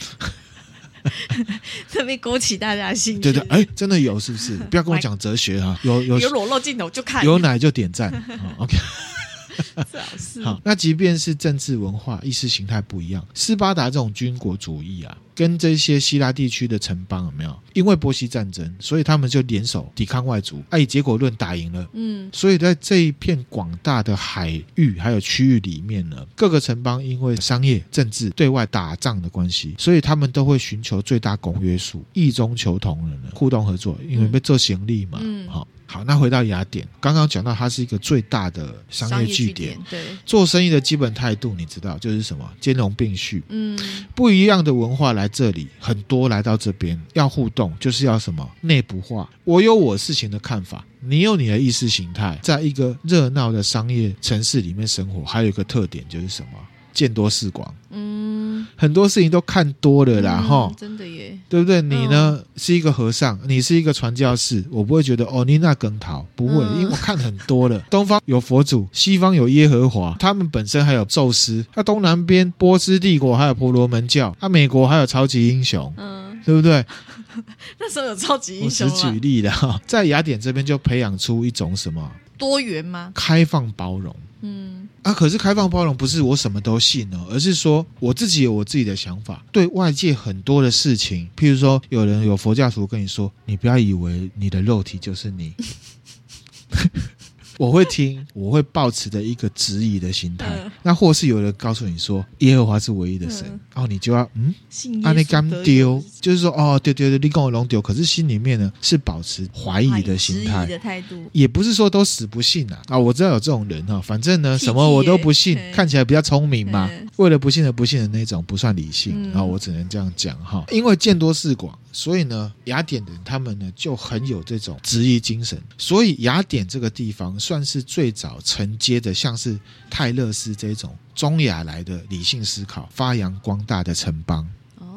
特别勾起大家的兴趣。
对，真的有是不是？不要跟我讲哲学有
裸露镜头就看，
有奶就点赞OK
好，
那即便是政治文化意识形态不一样，斯巴达这种军国主义啊，跟这些希腊地区的城邦有没有？因为波西战争，所以他们就联手抵抗外族，以结果论打赢了。所以在这一片广大的海域还有区域里面呢，各个城邦因为商业、政治对外打仗的关系，所以他们都会寻求最大公约数，异中求同的互动合作，因为被做行李嘛。好，那回到雅典，刚刚讲到它是一个最大的商业据点，
对，
做生意的基本态度你知道就是什么？兼容并蓄。不一样的文化来这里，很多来到这边要互动，就是要什么？内部化。我有我事情的看法，你有你的意识形态。在一个热闹的商业城市里面生活，还有一个特点就是什么？见多识广。很多事情都看多了啦
真的耶，
对不对？你呢是一个和尚，你是一个传教士，我不会觉得你那更逃，不会，因为我看很多了。东方有佛祖，西方有耶和华，他们本身还有宙斯，东南边波斯帝国还有婆罗门教，美国还有超级英雄，对不对？
那时候有超级英雄吗？
我只举例了在雅典这边就培养出一种什么
多元吗？
开放包容。可是开放包容不是我什么都信而是说我自己有我自己的想法，对外界很多的事情，譬如说有佛教徒跟你说，你不要以为你的肉体就是你我会听，我会抱持的一个质疑的心态。那或是有人告诉你说耶和华是唯一的神，然后你就要
信耶稣
敢丢，就是说对，你跟我弄丢，可是心里面呢是保持怀疑的心态，
质疑的态度，也
不是说都死不信我知道有这种人反正呢什么我都不信，看起来比较聪明嘛，为了不信的不信的那种不算理性，然后我只能这样讲因为见多识广，所以呢雅典人他们呢就很有这种质疑精神，所以雅典这个地方算是最早承接的像是泰勒斯这种中亚来的理性思考发扬光大的城邦。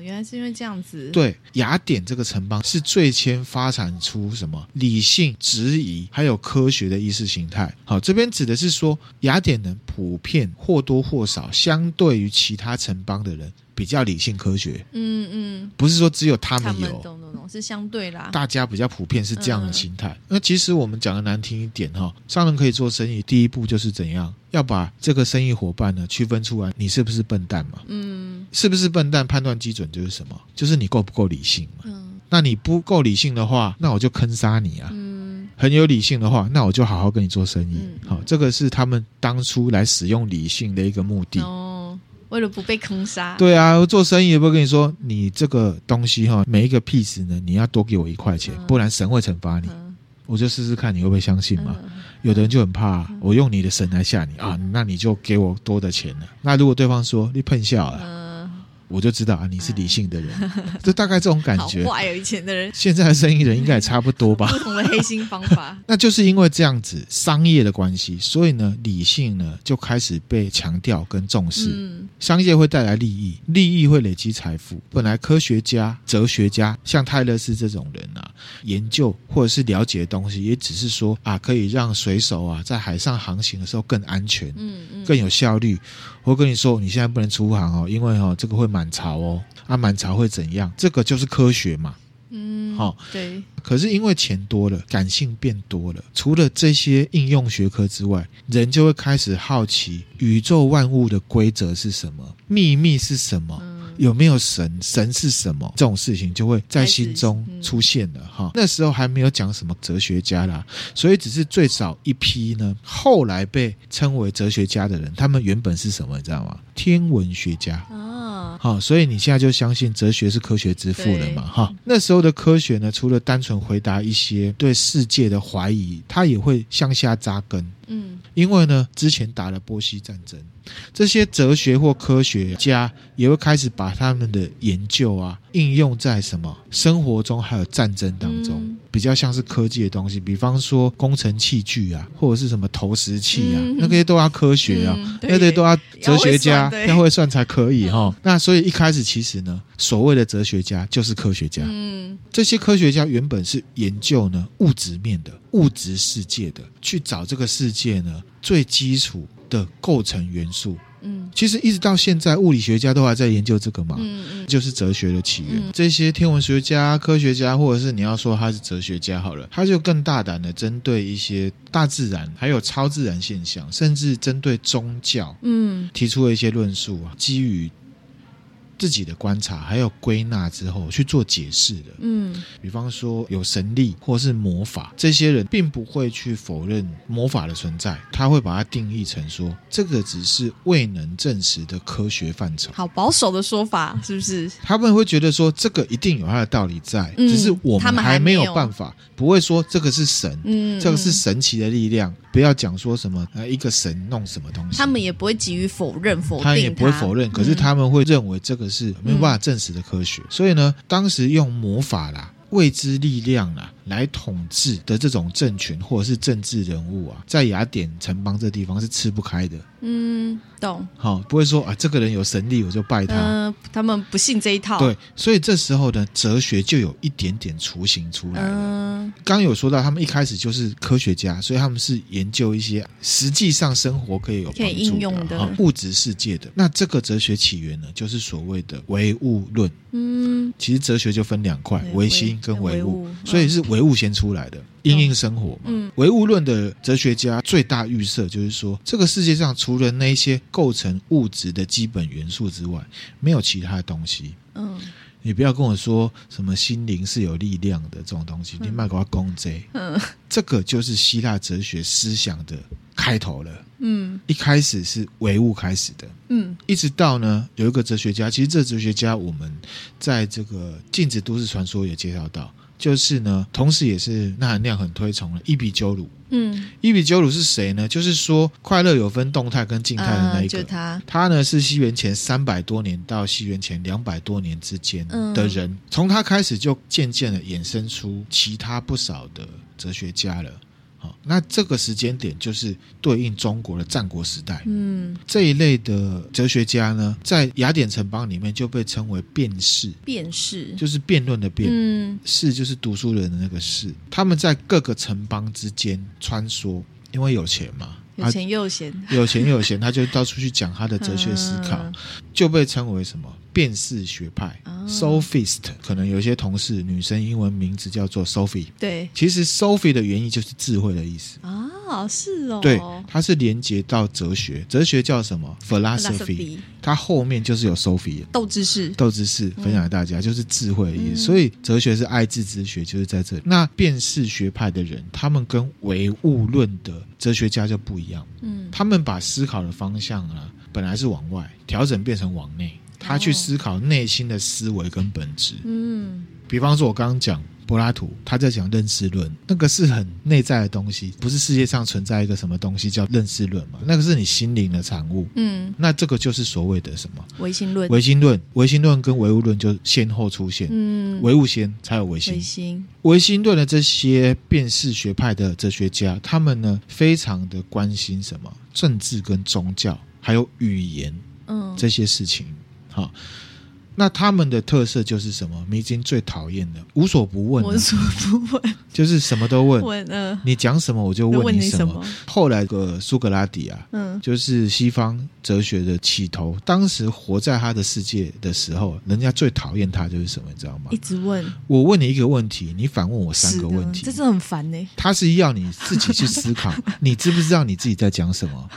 原来是因为这样子。
对，雅典这个城邦是最先发展出什么理性、质疑还有科学的意识形态。好，这边指的是说雅典人普遍或多或少相对于其他城邦的人比较理性科学。不是说只有他们有，
懂是相对啦，
大家比较普遍是这样的心态。那其实我们讲的难听一点商人可以做生意，第一步就是怎样要把这个生意伙伴呢区分出来，你是不是笨蛋嘛？是不是笨蛋判断基准就是什么？就是你够不够理性嘛。那你不够理性的话，那我就坑杀你啊。很有理性的话，那我就好好跟你做生意。好，这个是他们当初来使用理性的一个目的。
为了不被坑杀。
对啊，我做生意也不会跟你说，你这个东西每一个 piece 呢，你要多给我1块钱，不然神会惩罚你。我就试试看你会不会相信嘛。有的人就很怕我用你的神来吓你啊，那你就给我多的钱了。那如果对方说你喷笑了，我就知道你是理性的人。就大概这种感觉。
好坏以前的人，
现在的生意人应该也差不多吧。
不同的黑心方法。
那就是因为这样子商业的关系，所以呢理性呢就开始被强调跟重视。商业会带来利益，利益会累积财富。本来科学家、哲学家像泰勒斯这种人研究或者是了解的东西，也只是说可以让水手在海上航行的时候更安全，更有效率。我跟你说，你现在不能出航因为这个会满潮满潮会怎样？这个就是科学嘛。
对。
可是因为钱多了，感性变多了，除了这些应用学科之外，人就会开始好奇宇宙万物的规则是什么，秘密是什么，有没有神，神是什么，这种事情就会在心中出现了。那时候还没有讲什么哲学家啦，所以只是最早一批呢，后来被称为哲学家的人，他们原本是什么你知道吗？天文学家。所以你现在就相信哲学是科学之父了嘛。那时候的科学呢，除了单纯回答一些对世界的怀疑，它也会向下扎根。因为呢之前打了波西战争，这些哲学或科学家也会开始把他们的研究应用在什么生活中还有战争当中，比较像是科技的东西，比方说工程器具或者是什么投石器那些都要科学那些都要哲学家要会算才可以那所以一开始其实呢，所谓的哲学家就是科学家。这些科学家原本是研究呢物质面的物质世界的，去找这个世界呢最基础的构成元素。其实一直到现在物理学家都还在研究这个嘛，就是哲学的起源。这些天文学家、科学家，或者是你要说他是哲学家好了，他就更大胆的针对一些大自然还有超自然现象，甚至针对宗教提出了一些论述基于自己的观察还有归纳之后去做解释的。比方说有神力或是魔法，这些人并不会去否认魔法的存在，他会把它定义成说这个只是未能证实的科学范畴。
好保守的说法是不是？
他们会觉得说这个一定有它的道理在，只是我们还没有办法，不会说这个是神，这个是神奇的力量，不要讲说什么一个神弄什么东西，
他们也不会急于否定
他也不会否认，可是他们会认为这个是没有办法证实的科学。所以呢，当时用魔法未知力量来统治的这种政权或者是政治人物在雅典城邦这地方是吃不开的。
懂。
不会说这个人有神力我就拜他。
他们不信这一套。
对，所以这时候呢，哲学就有一点点雏形出来了。刚有说到他们一开始就是科学家，所以他们是研究一些实际上生活可以有帮助的、可以应用的物质世界的。那这个哲学起源呢，就是所谓的唯物论。其实哲学就分2块，唯心跟唯物，所以是唯物先出来的，因应生活嘛。唯物论的哲学家最大预设就是说，这个世界上除了那些构成物质的基本元素之外，没有其他的东西。你不要跟我说什么心灵是有力量的这种东西，你别给我讲这个就是希腊哲学思想的开头了。一开始是唯物开始的。一直到呢有一个哲学家，其实这哲学家我们在这个镜子都市传说也介绍到，就是呢同时也是纳兰亮很推崇的伊比鸠鲁。伊比鸠鲁是谁呢？就是说快乐有分动态跟静态的那一个。他呢是西元前300多年到西元前200多年之间的人。从他开始就渐渐的衍生出其他不少的哲学家了。 那这个时间点就是对应中国的战国时代。这一类的哲学家呢，在雅典城邦里面就被称为辩士。
辩士
就是辩论的辩，士就是读书人的那个士。他们在各个城邦之间穿梭，因为有钱嘛，
有钱又有闲，
有钱又有闲，他就到处去讲他的哲学思考，就被称为什么辩士学派、Sophist。 可能有一些同事女生英文名字叫做 Sophie，
对，
其实 Sophie 的原意就是智慧的意思
啊，是哦，
对，它是连接到哲学，哲学叫什么 Philosophy， 它后面就是有 Sophie， 斗知识分享给大家，就是智慧的意思。所以哲学是爱智之学，就是在这里。那辩士学派的人，他们跟唯物论的哲学家就不一样，他们把思考的方向啊，本来是往外调整变成往内，他去思考内心的思维跟本质。比方说我刚刚讲柏拉图，他在讲认识论，那个是很内在的东西，不是世界上存在一个什么东西叫认识论嘛，那个是你心灵的产物。那这个就是所谓的什么
唯心论。
唯心论跟唯物论就先后出现，唯物先才有唯心。唯心论的这些辩士学派的哲学家，他们呢非常的关心什么政治跟宗教还有语言这些事情。好，那他们的特色就是什么？迷津最讨厌的无所不问，
无所不问，
就是什么都问。你讲什么我就问你什么。后来的苏格拉底啊，就是西方哲学的起头，当时活在他的世界的时候，人家最讨厌他就是什么，你知道吗？
一直问，我
问你一个问题，你反问我3个问题，
这是很烦欸。他
是要你自己去思考你知不知道你自己在讲什么？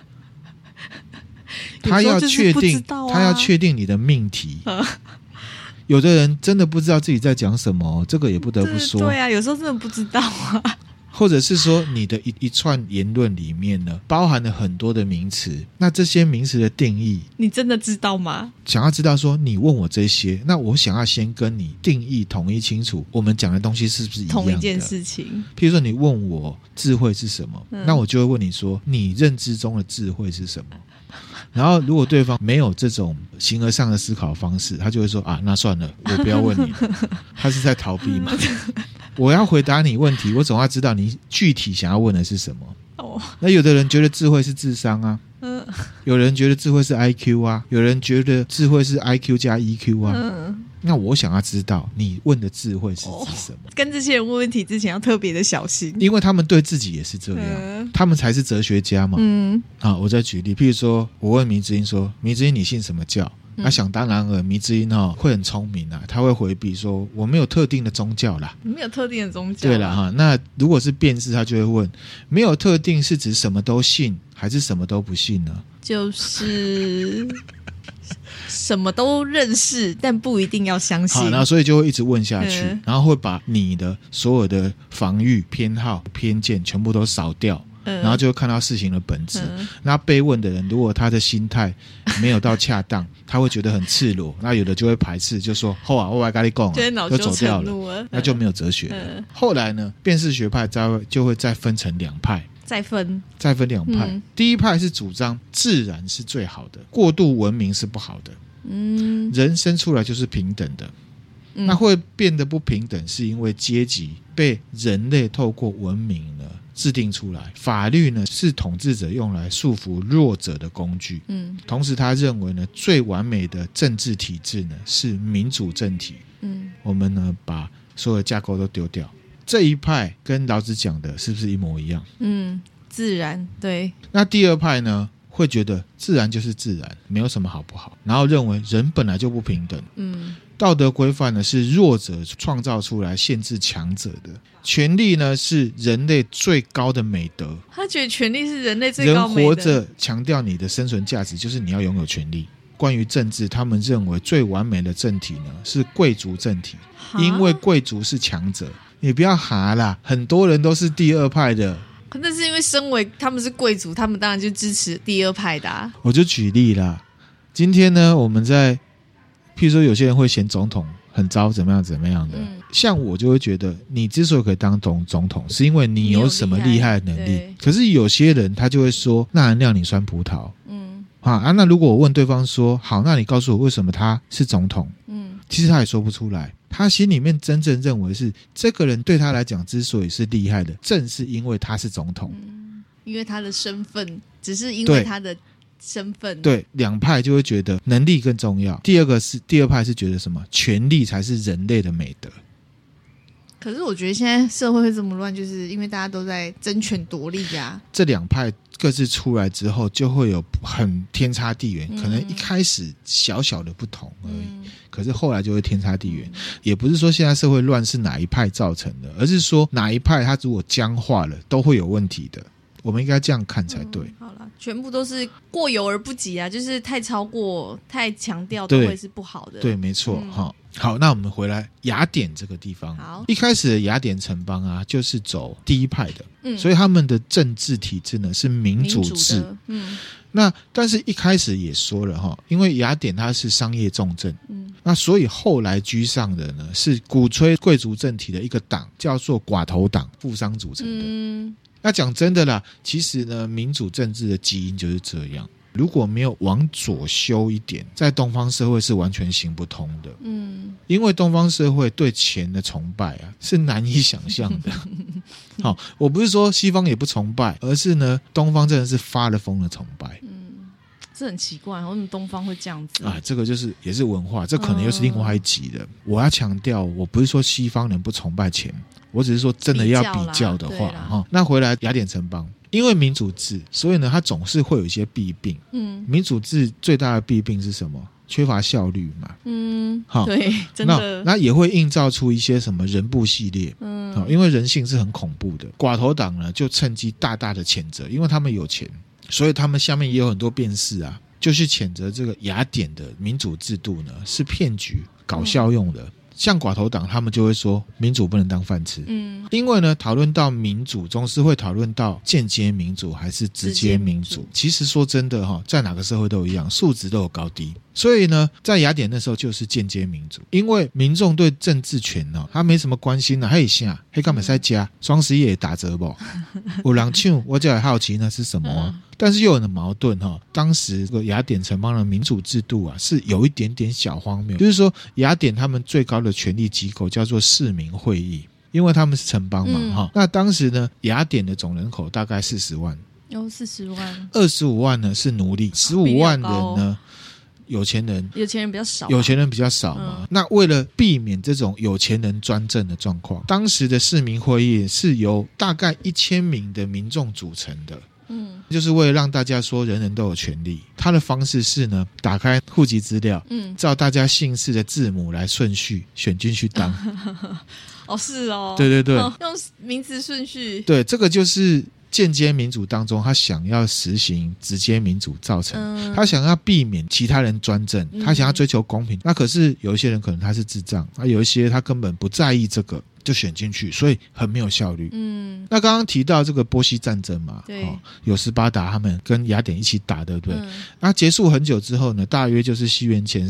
他要确定你的命题。有的人真的不知道自己在讲什么，这个也不得不说。
对啊，有时候真的不知道啊。
或者是说你的一串言论里面呢，包含了很多的名词，那这些名词的定义
你真的知道吗？
想要知道说你问我这些，那我想要先跟你定义统一清楚，我们讲的东西是不是一样的，
同一件事情。
譬如说你问我智慧是什么，那我就会问你说你认知中的智慧是什么。然后如果对方没有这种形而上的思考方式，他就会说啊，那算了，我不要问你了。他是在逃避嘛？我要回答你问题，我总要知道你具体想要问的是什么。那有的人觉得智慧是智商啊，有人觉得智慧是 IQ 啊，有人觉得智慧是 IQ 加 EQ 啊。那我想要知道你问的智慧是指什么。跟
这些人问问题之前要特别的小心，
因为他们对自己也是这样，他们才是哲学家嘛。我再举例，譬如说我问迷之音说，迷之音你信什么教？想当然了，迷之音会很聪明啊，他会回避说我没有特定的宗教啦，
没有特定的宗教。
对啦，那如果是辩士，他就会问，没有特定是指什么都信还是什么都不信呢？就是
什么都认识，但不一定要相信。
好，那所以就会一直问下去，然后会把你的所有的防御、偏好、偏见全部都扫掉。然后就会看到事情的本质。那被问的人如果他的心态没有到恰当，他会觉得很赤裸，那有的就会排斥，就说后啊我跟你讲就走掉了，那就没有哲学了。后来呢，辩士学派就会再分成2派，再分2派。第一派是主张自然是最好的，过度文明是不好的，人生出来就是平等的。那会变得不平等，是因为阶级被人类透过文明呢制定出来，法律呢是统治者用来束缚弱者的工具。同时他认为呢，最完美的政治体制呢是民主政体。我们呢把所有的架构都丢掉。这一派跟老子讲的是不是一模一样？自然，对。那第二派呢，会觉得自然就是自然，没有什么好不好，然后认为人本来就不平等。道德规范呢是弱者创造出来限制强者的，权力呢是人类最高的美德。他觉得权力是人类最高美德。人活着强调你的生存价值就是你要拥有权力。关于政治，他们认为最完美的政体呢是贵族政体，因为贵族是强者。你不要哈啦，很多人都是第二派的。那是因为身为他们是贵族，他们当然就支持第二派的啊。我就举例啦，今天呢我们在譬如说有些人会嫌总统很糟怎么样怎么样的，像我就会觉得你之所以可以当总统是因为你有什么厉害的能力，可是有些人他就会说那能让你酸葡萄。那如果我问对方说好，那你告诉我为什么他是总统，其实他也说不出来。 他心里面真正认为是这个人对他来讲之所以是厉害的，正是因为他是总统，
因为他的身份，只是因为他的身份。
对，两派就会觉得能力更重要。第二派是觉得什么？权力才是人类的美德。
可是我觉得现在社会会这么乱，就是因为大家都在争权夺利啊。
这两派各自出来之后，就会有很天差地远，可能一开始小小的不同而已，可是后来就会天差地远。也不是说现在社会乱是哪一派造成的，而是说哪一派它如果僵化了，都会有问题的。我们应该这样看才对。
好了，全部都是过犹而不及啊，就是太超过、太强调都会是不好的。
对，没错。好，那我们回来雅典这个地方。
好，
一开始的雅典城邦啊，就是走第一派的，所以他们的政治体制呢是民主制。那但是一开始也说了因为雅典它是商业重镇，那所以后来居上的呢是鼓吹贵族政体的一个党，叫做寡头党，富商组成的。那讲真的啦，其实呢，民主政治的基因就是这样。如果没有往左修一点，在东方社会是完全行不通的。因为东方社会对钱的崇拜啊，是难以想象的。好，我不是说西方也不崇拜，而是呢，东方真的是发了疯的崇拜。
这很奇怪，为什么东方会这样子
啊？这个就是也是文化，这可能又是另外一集的。我要强调，我不是说西方人不崇拜钱，我只是说真的要比较的话，那回来雅典城邦，因为民主制，所以呢，它总是会有一些弊病。民主制最大的弊病是什么？缺乏效率嘛。
对，真的。
那也会映照出一些什么人部系列。因为人性是很恐怖的。寡头党呢，就趁机大大的谴责，因为他们有钱。所以他们下面也有很多辩士啊，就是谴责这个雅典的民主制度呢是骗局、搞笑用的。像寡头党他们就会说民主不能当饭吃。因为呢讨论到民主总是会讨论到间接民主还是直接民主。其实说真的在哪个社会都一样，素质都有高低。所以呢在雅典那时候就是间接民主，因为民众对政治权他没什么关心还下还干嘛在家双11也打折不有人抢，我就很好奇那是什么但是又有矛盾当时这个雅典城邦的民主制度啊是有一点点小荒谬。就是说雅典他们最高的权力机构叫做市民会议，因为他们是城邦嘛那当时呢雅典的总人口大概40万
，40万
，25万呢是奴隶，15万人呢有钱人比较少嘛。那为了避免这种有钱人专政的状况，当时的市民会议是由大概1000名的民众组成的。就是为了让大家说人人都有权利。他的方式是呢，打开户籍资料，照大家姓氏的字母来顺序选进去当。
是哦，
对对对，
用名字顺序。
对，这个就是间接民主当中他想要实行直接民主造成，他想要避免其他人专政，他想要追求公平。那可是有一些人可能他是智障，有一些他根本不在意这个就选进去，所以很没有效率。那刚刚提到这个波西战争嘛，有斯巴达他们跟雅典一起打，对不对？那结束很久之后呢，大约就是西元前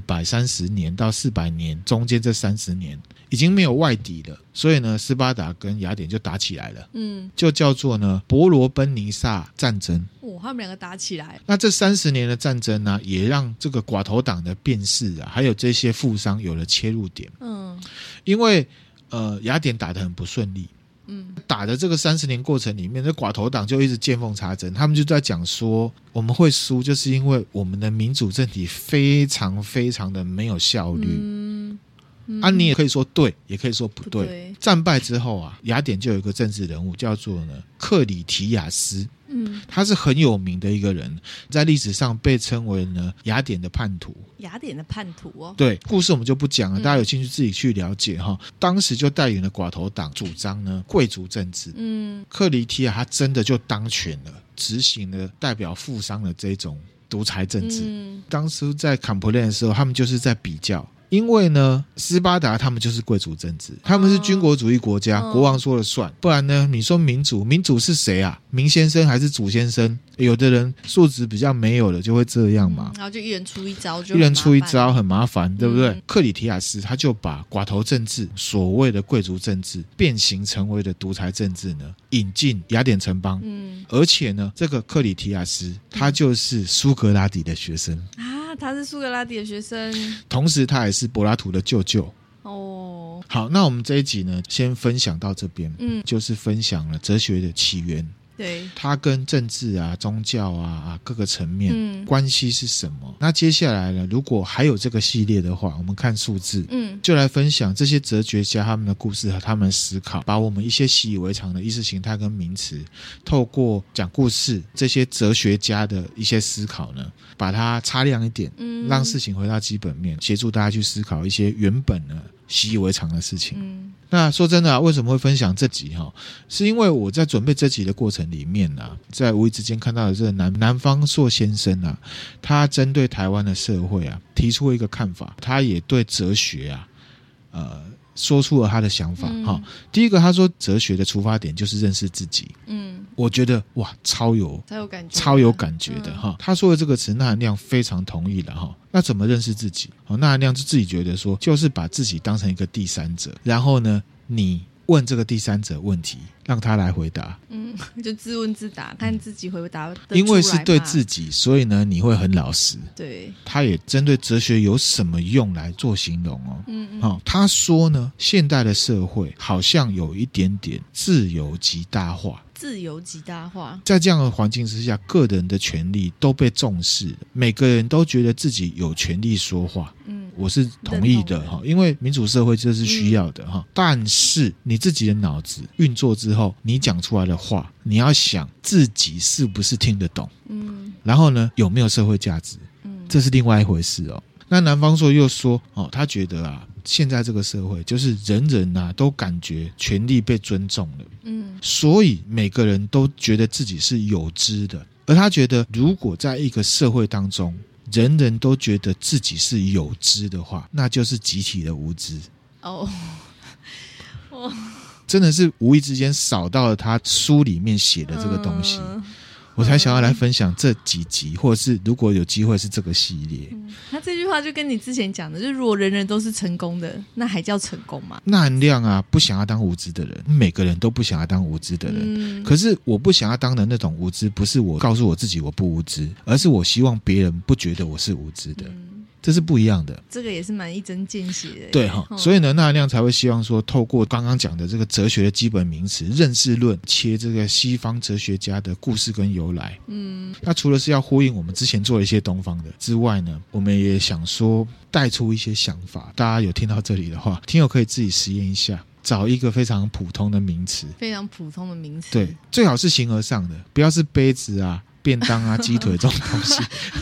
430年到400年中间这30年已经没有外敌了，所以呢斯巴达跟雅典就打起来了。就叫做呢伯罗奔尼撒战争。
他们两个打起来。
那这30年的战争呢，也让这个寡头党的辩士啊，还有这些富商有了切入点。因为雅典打得很不顺利。打的这个30年过程里面，这寡头党就一直见缝插针，他们就在讲说我们会输就是因为我们的民主政体非常非常的没有效率。你也可以说对，也可以说不对。战败之后啊，雅典就有一个政治人物叫做呢克里提亚斯。他是很有名的一个人，在历史上被称为呢雅典的叛徒。
雅典的叛徒哦。
对，故事我们就不讲了，大家有兴趣自己去了解当时就带领了寡头党主张呢贵族政治。克里提亚他真的就当权了，执行了代表富商的这种独裁政治。当时在坎普莱的时候，他们就是在比较。因为呢斯巴达他们就是贵族政治，他们是军国主义国家，国王说了算。不然呢你说民主是谁啊？明先生还是祖先生？有的人素质比较没有的就会这样嘛。
然后就一人出一招，
很麻烦，对不对？克里提亚斯他就把寡头政治所谓的贵族政治变形成为的独裁政治呢引进雅典城邦。而且呢这个克里提亚斯他就是苏格拉底的学生。
他是苏格拉底的学生，
同时他也是柏拉图的舅舅。 好，那我们这一集呢，先分享到这边，就是分享了哲学的起源。
对，
它跟政治啊、宗教啊各个层面关系是什么？那接下来呢，如果还有这个系列的话，我们看数字，就来分享这些哲学家他们的故事和他们的思考，把我们一些习以为常的意识形态跟名词，透过讲故事这些哲学家的一些思考呢，把它擦亮一点，让事情回到基本面，协助大家去思考一些原本呢习以为常的事情。那说真的啊，为什么会分享这集是因为我在准备这集的过程里面啊，在无意之间看到的这个南方硕先生啊，他针对台湾的社会啊提出了一个看法，他也对哲学啊说出了他的想法。第一个他说哲学的出发点就是认识自己。我觉得哇超有感觉的他说的这个词纳含量非常同意了那怎么认识自己？纳含量就自己觉得说，就是把自己当成一个第三者，然后呢你问这个第三者问题，让他来回答。
就自问自答，看自己回答得出来。
因为是对自己，所以呢你会很老实。
对，
他也针对哲学有什么用来做形容他说呢，现代的社会好像有一点点自由极大化。在这样的环境之下，个人的权利都被重视了，每个人都觉得自己有权利说话。我是同意的因为民主社会这是需要的但是你自己的脑子运作之后，你讲出来的话，你要想自己是不是听得懂，然后呢有没有社会价值，这是另外一回事那南方硕又说他觉得现在这个社会就是人人都感觉权利被尊重了，所以每个人都觉得自己是有知的，而他觉得如果在一个社会当中人人都觉得自己是有知的话，那就是集体的无知。真的是无意之间扫到了他书里面写的这个东西，我才想要来分享这几集，或者是如果有机会是这个系列。
他这句话就跟你之前讲的，就是如果人人都是成功的，那还叫成功吗？
纳含量不想要当无知的人，每个人都不想要当无知的人，可是我不想要当的那种无知，不是我告诉我自己我不无知，而是我希望别人不觉得我是无知的。这是不一样的，
这个也是蛮一针见血的。
对所以呢，纳含量才会希望说，透过刚刚讲的这个哲学的基本名词认识论，切这个西方哲学家的故事跟由来。那除了是要呼应我们之前做了一些东方的之外呢，我们也想说带出一些想法。大家有听到这里的话，听友可以自己实验一下，找一个非常普通的名词，对，最好是形而上的，不要是杯子便当鸡腿这种东西。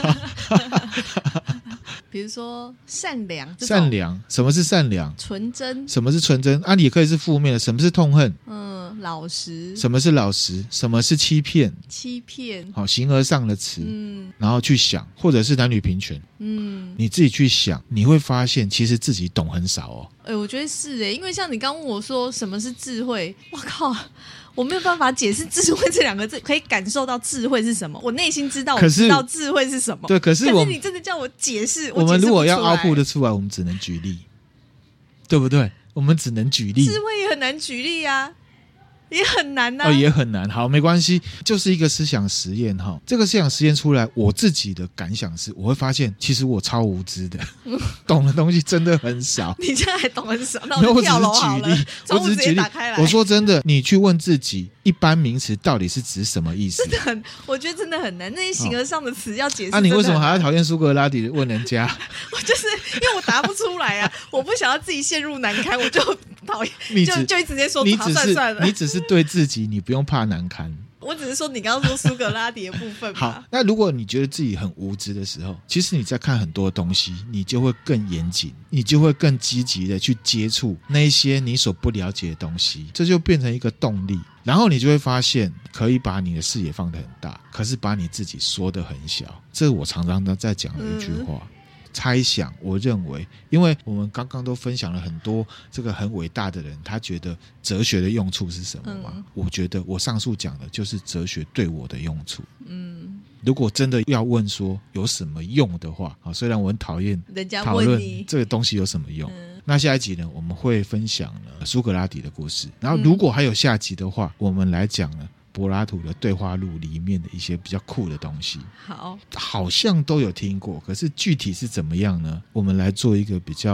比如说善良，
什么是善良？
纯真，
什么是纯真？也可以是负面的，什么是痛恨？
老实，
什么是老实？什么是欺骗？好，形而上的词，然后去想，或者是男女平权，你自己去想，你会发现其实自己懂很少
我觉得是因为像你刚问我说什么是智慧，我靠，我没有办法解释智慧这两个字，可以感受到智慧是什么，我内心知道，我知道智慧是什么。
对，可是
你真的叫我解释，
我们如果要output的出来，我们只能举例，对不对？我们只能举例，
智慧也很难举例也很难
也很难。好，没关系，就是一个思想实验这个思想实验出来，我自己的感想是，我会发现其实我超无知的，懂的东西真的很少。
你现在还懂很少，那我跳楼好了。
我只是举例，我说真的，你去问自己，一般名词到底是指什么意思？真的
我觉得真的很难。那些形而上的词要解释，
你为什么还要讨厌苏格拉底问人家？
我就是因为我答不出来我不想要自己陷入难堪，我就讨厌，就直接说算了。
你只是对自己，你不用怕难堪。
我只是说你刚刚说苏格拉底的部分吧。
好，那如果你觉得自己很无知的时候，其实你在看很多东西，你就会更严谨，你就会更积极的去接触那些你所不了解的东西，这就变成一个动力。然后你就会发现，可以把你的视野放得很大，可是把你自己缩得很小。这是我常常在讲的一句话。猜想，我认为，因为我们刚刚都分享了很多这个很伟大的人，他觉得哲学的用处是什么嘛？我觉得我上述讲的就是哲学对我的用处。如果真的要问说有什么用的话，虽然我很讨厌讨论这个东西有什么用，那下一集呢，我们会分享了苏格拉底的故事，然后如果还有下集的话，我们来讲呢柏拉图的对话录里面的一些比较酷的东西。好像都有听过，可是具体是怎么样呢？我们来做一个比较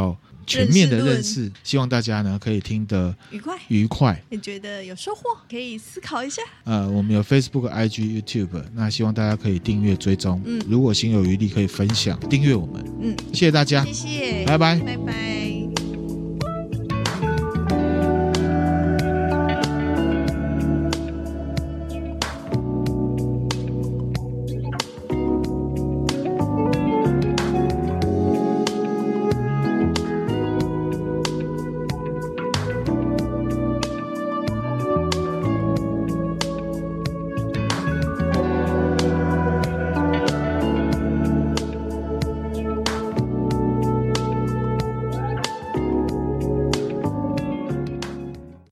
全面的认识，希望大家呢可以听得愉快，
也觉得有收获，可以思考一下。
我们有 Facebook、IG、YouTube， 那希望大家可以订阅追踪，如果心有余力可以分享订阅我们，谢谢大家，
谢谢，
拜拜，
拜拜。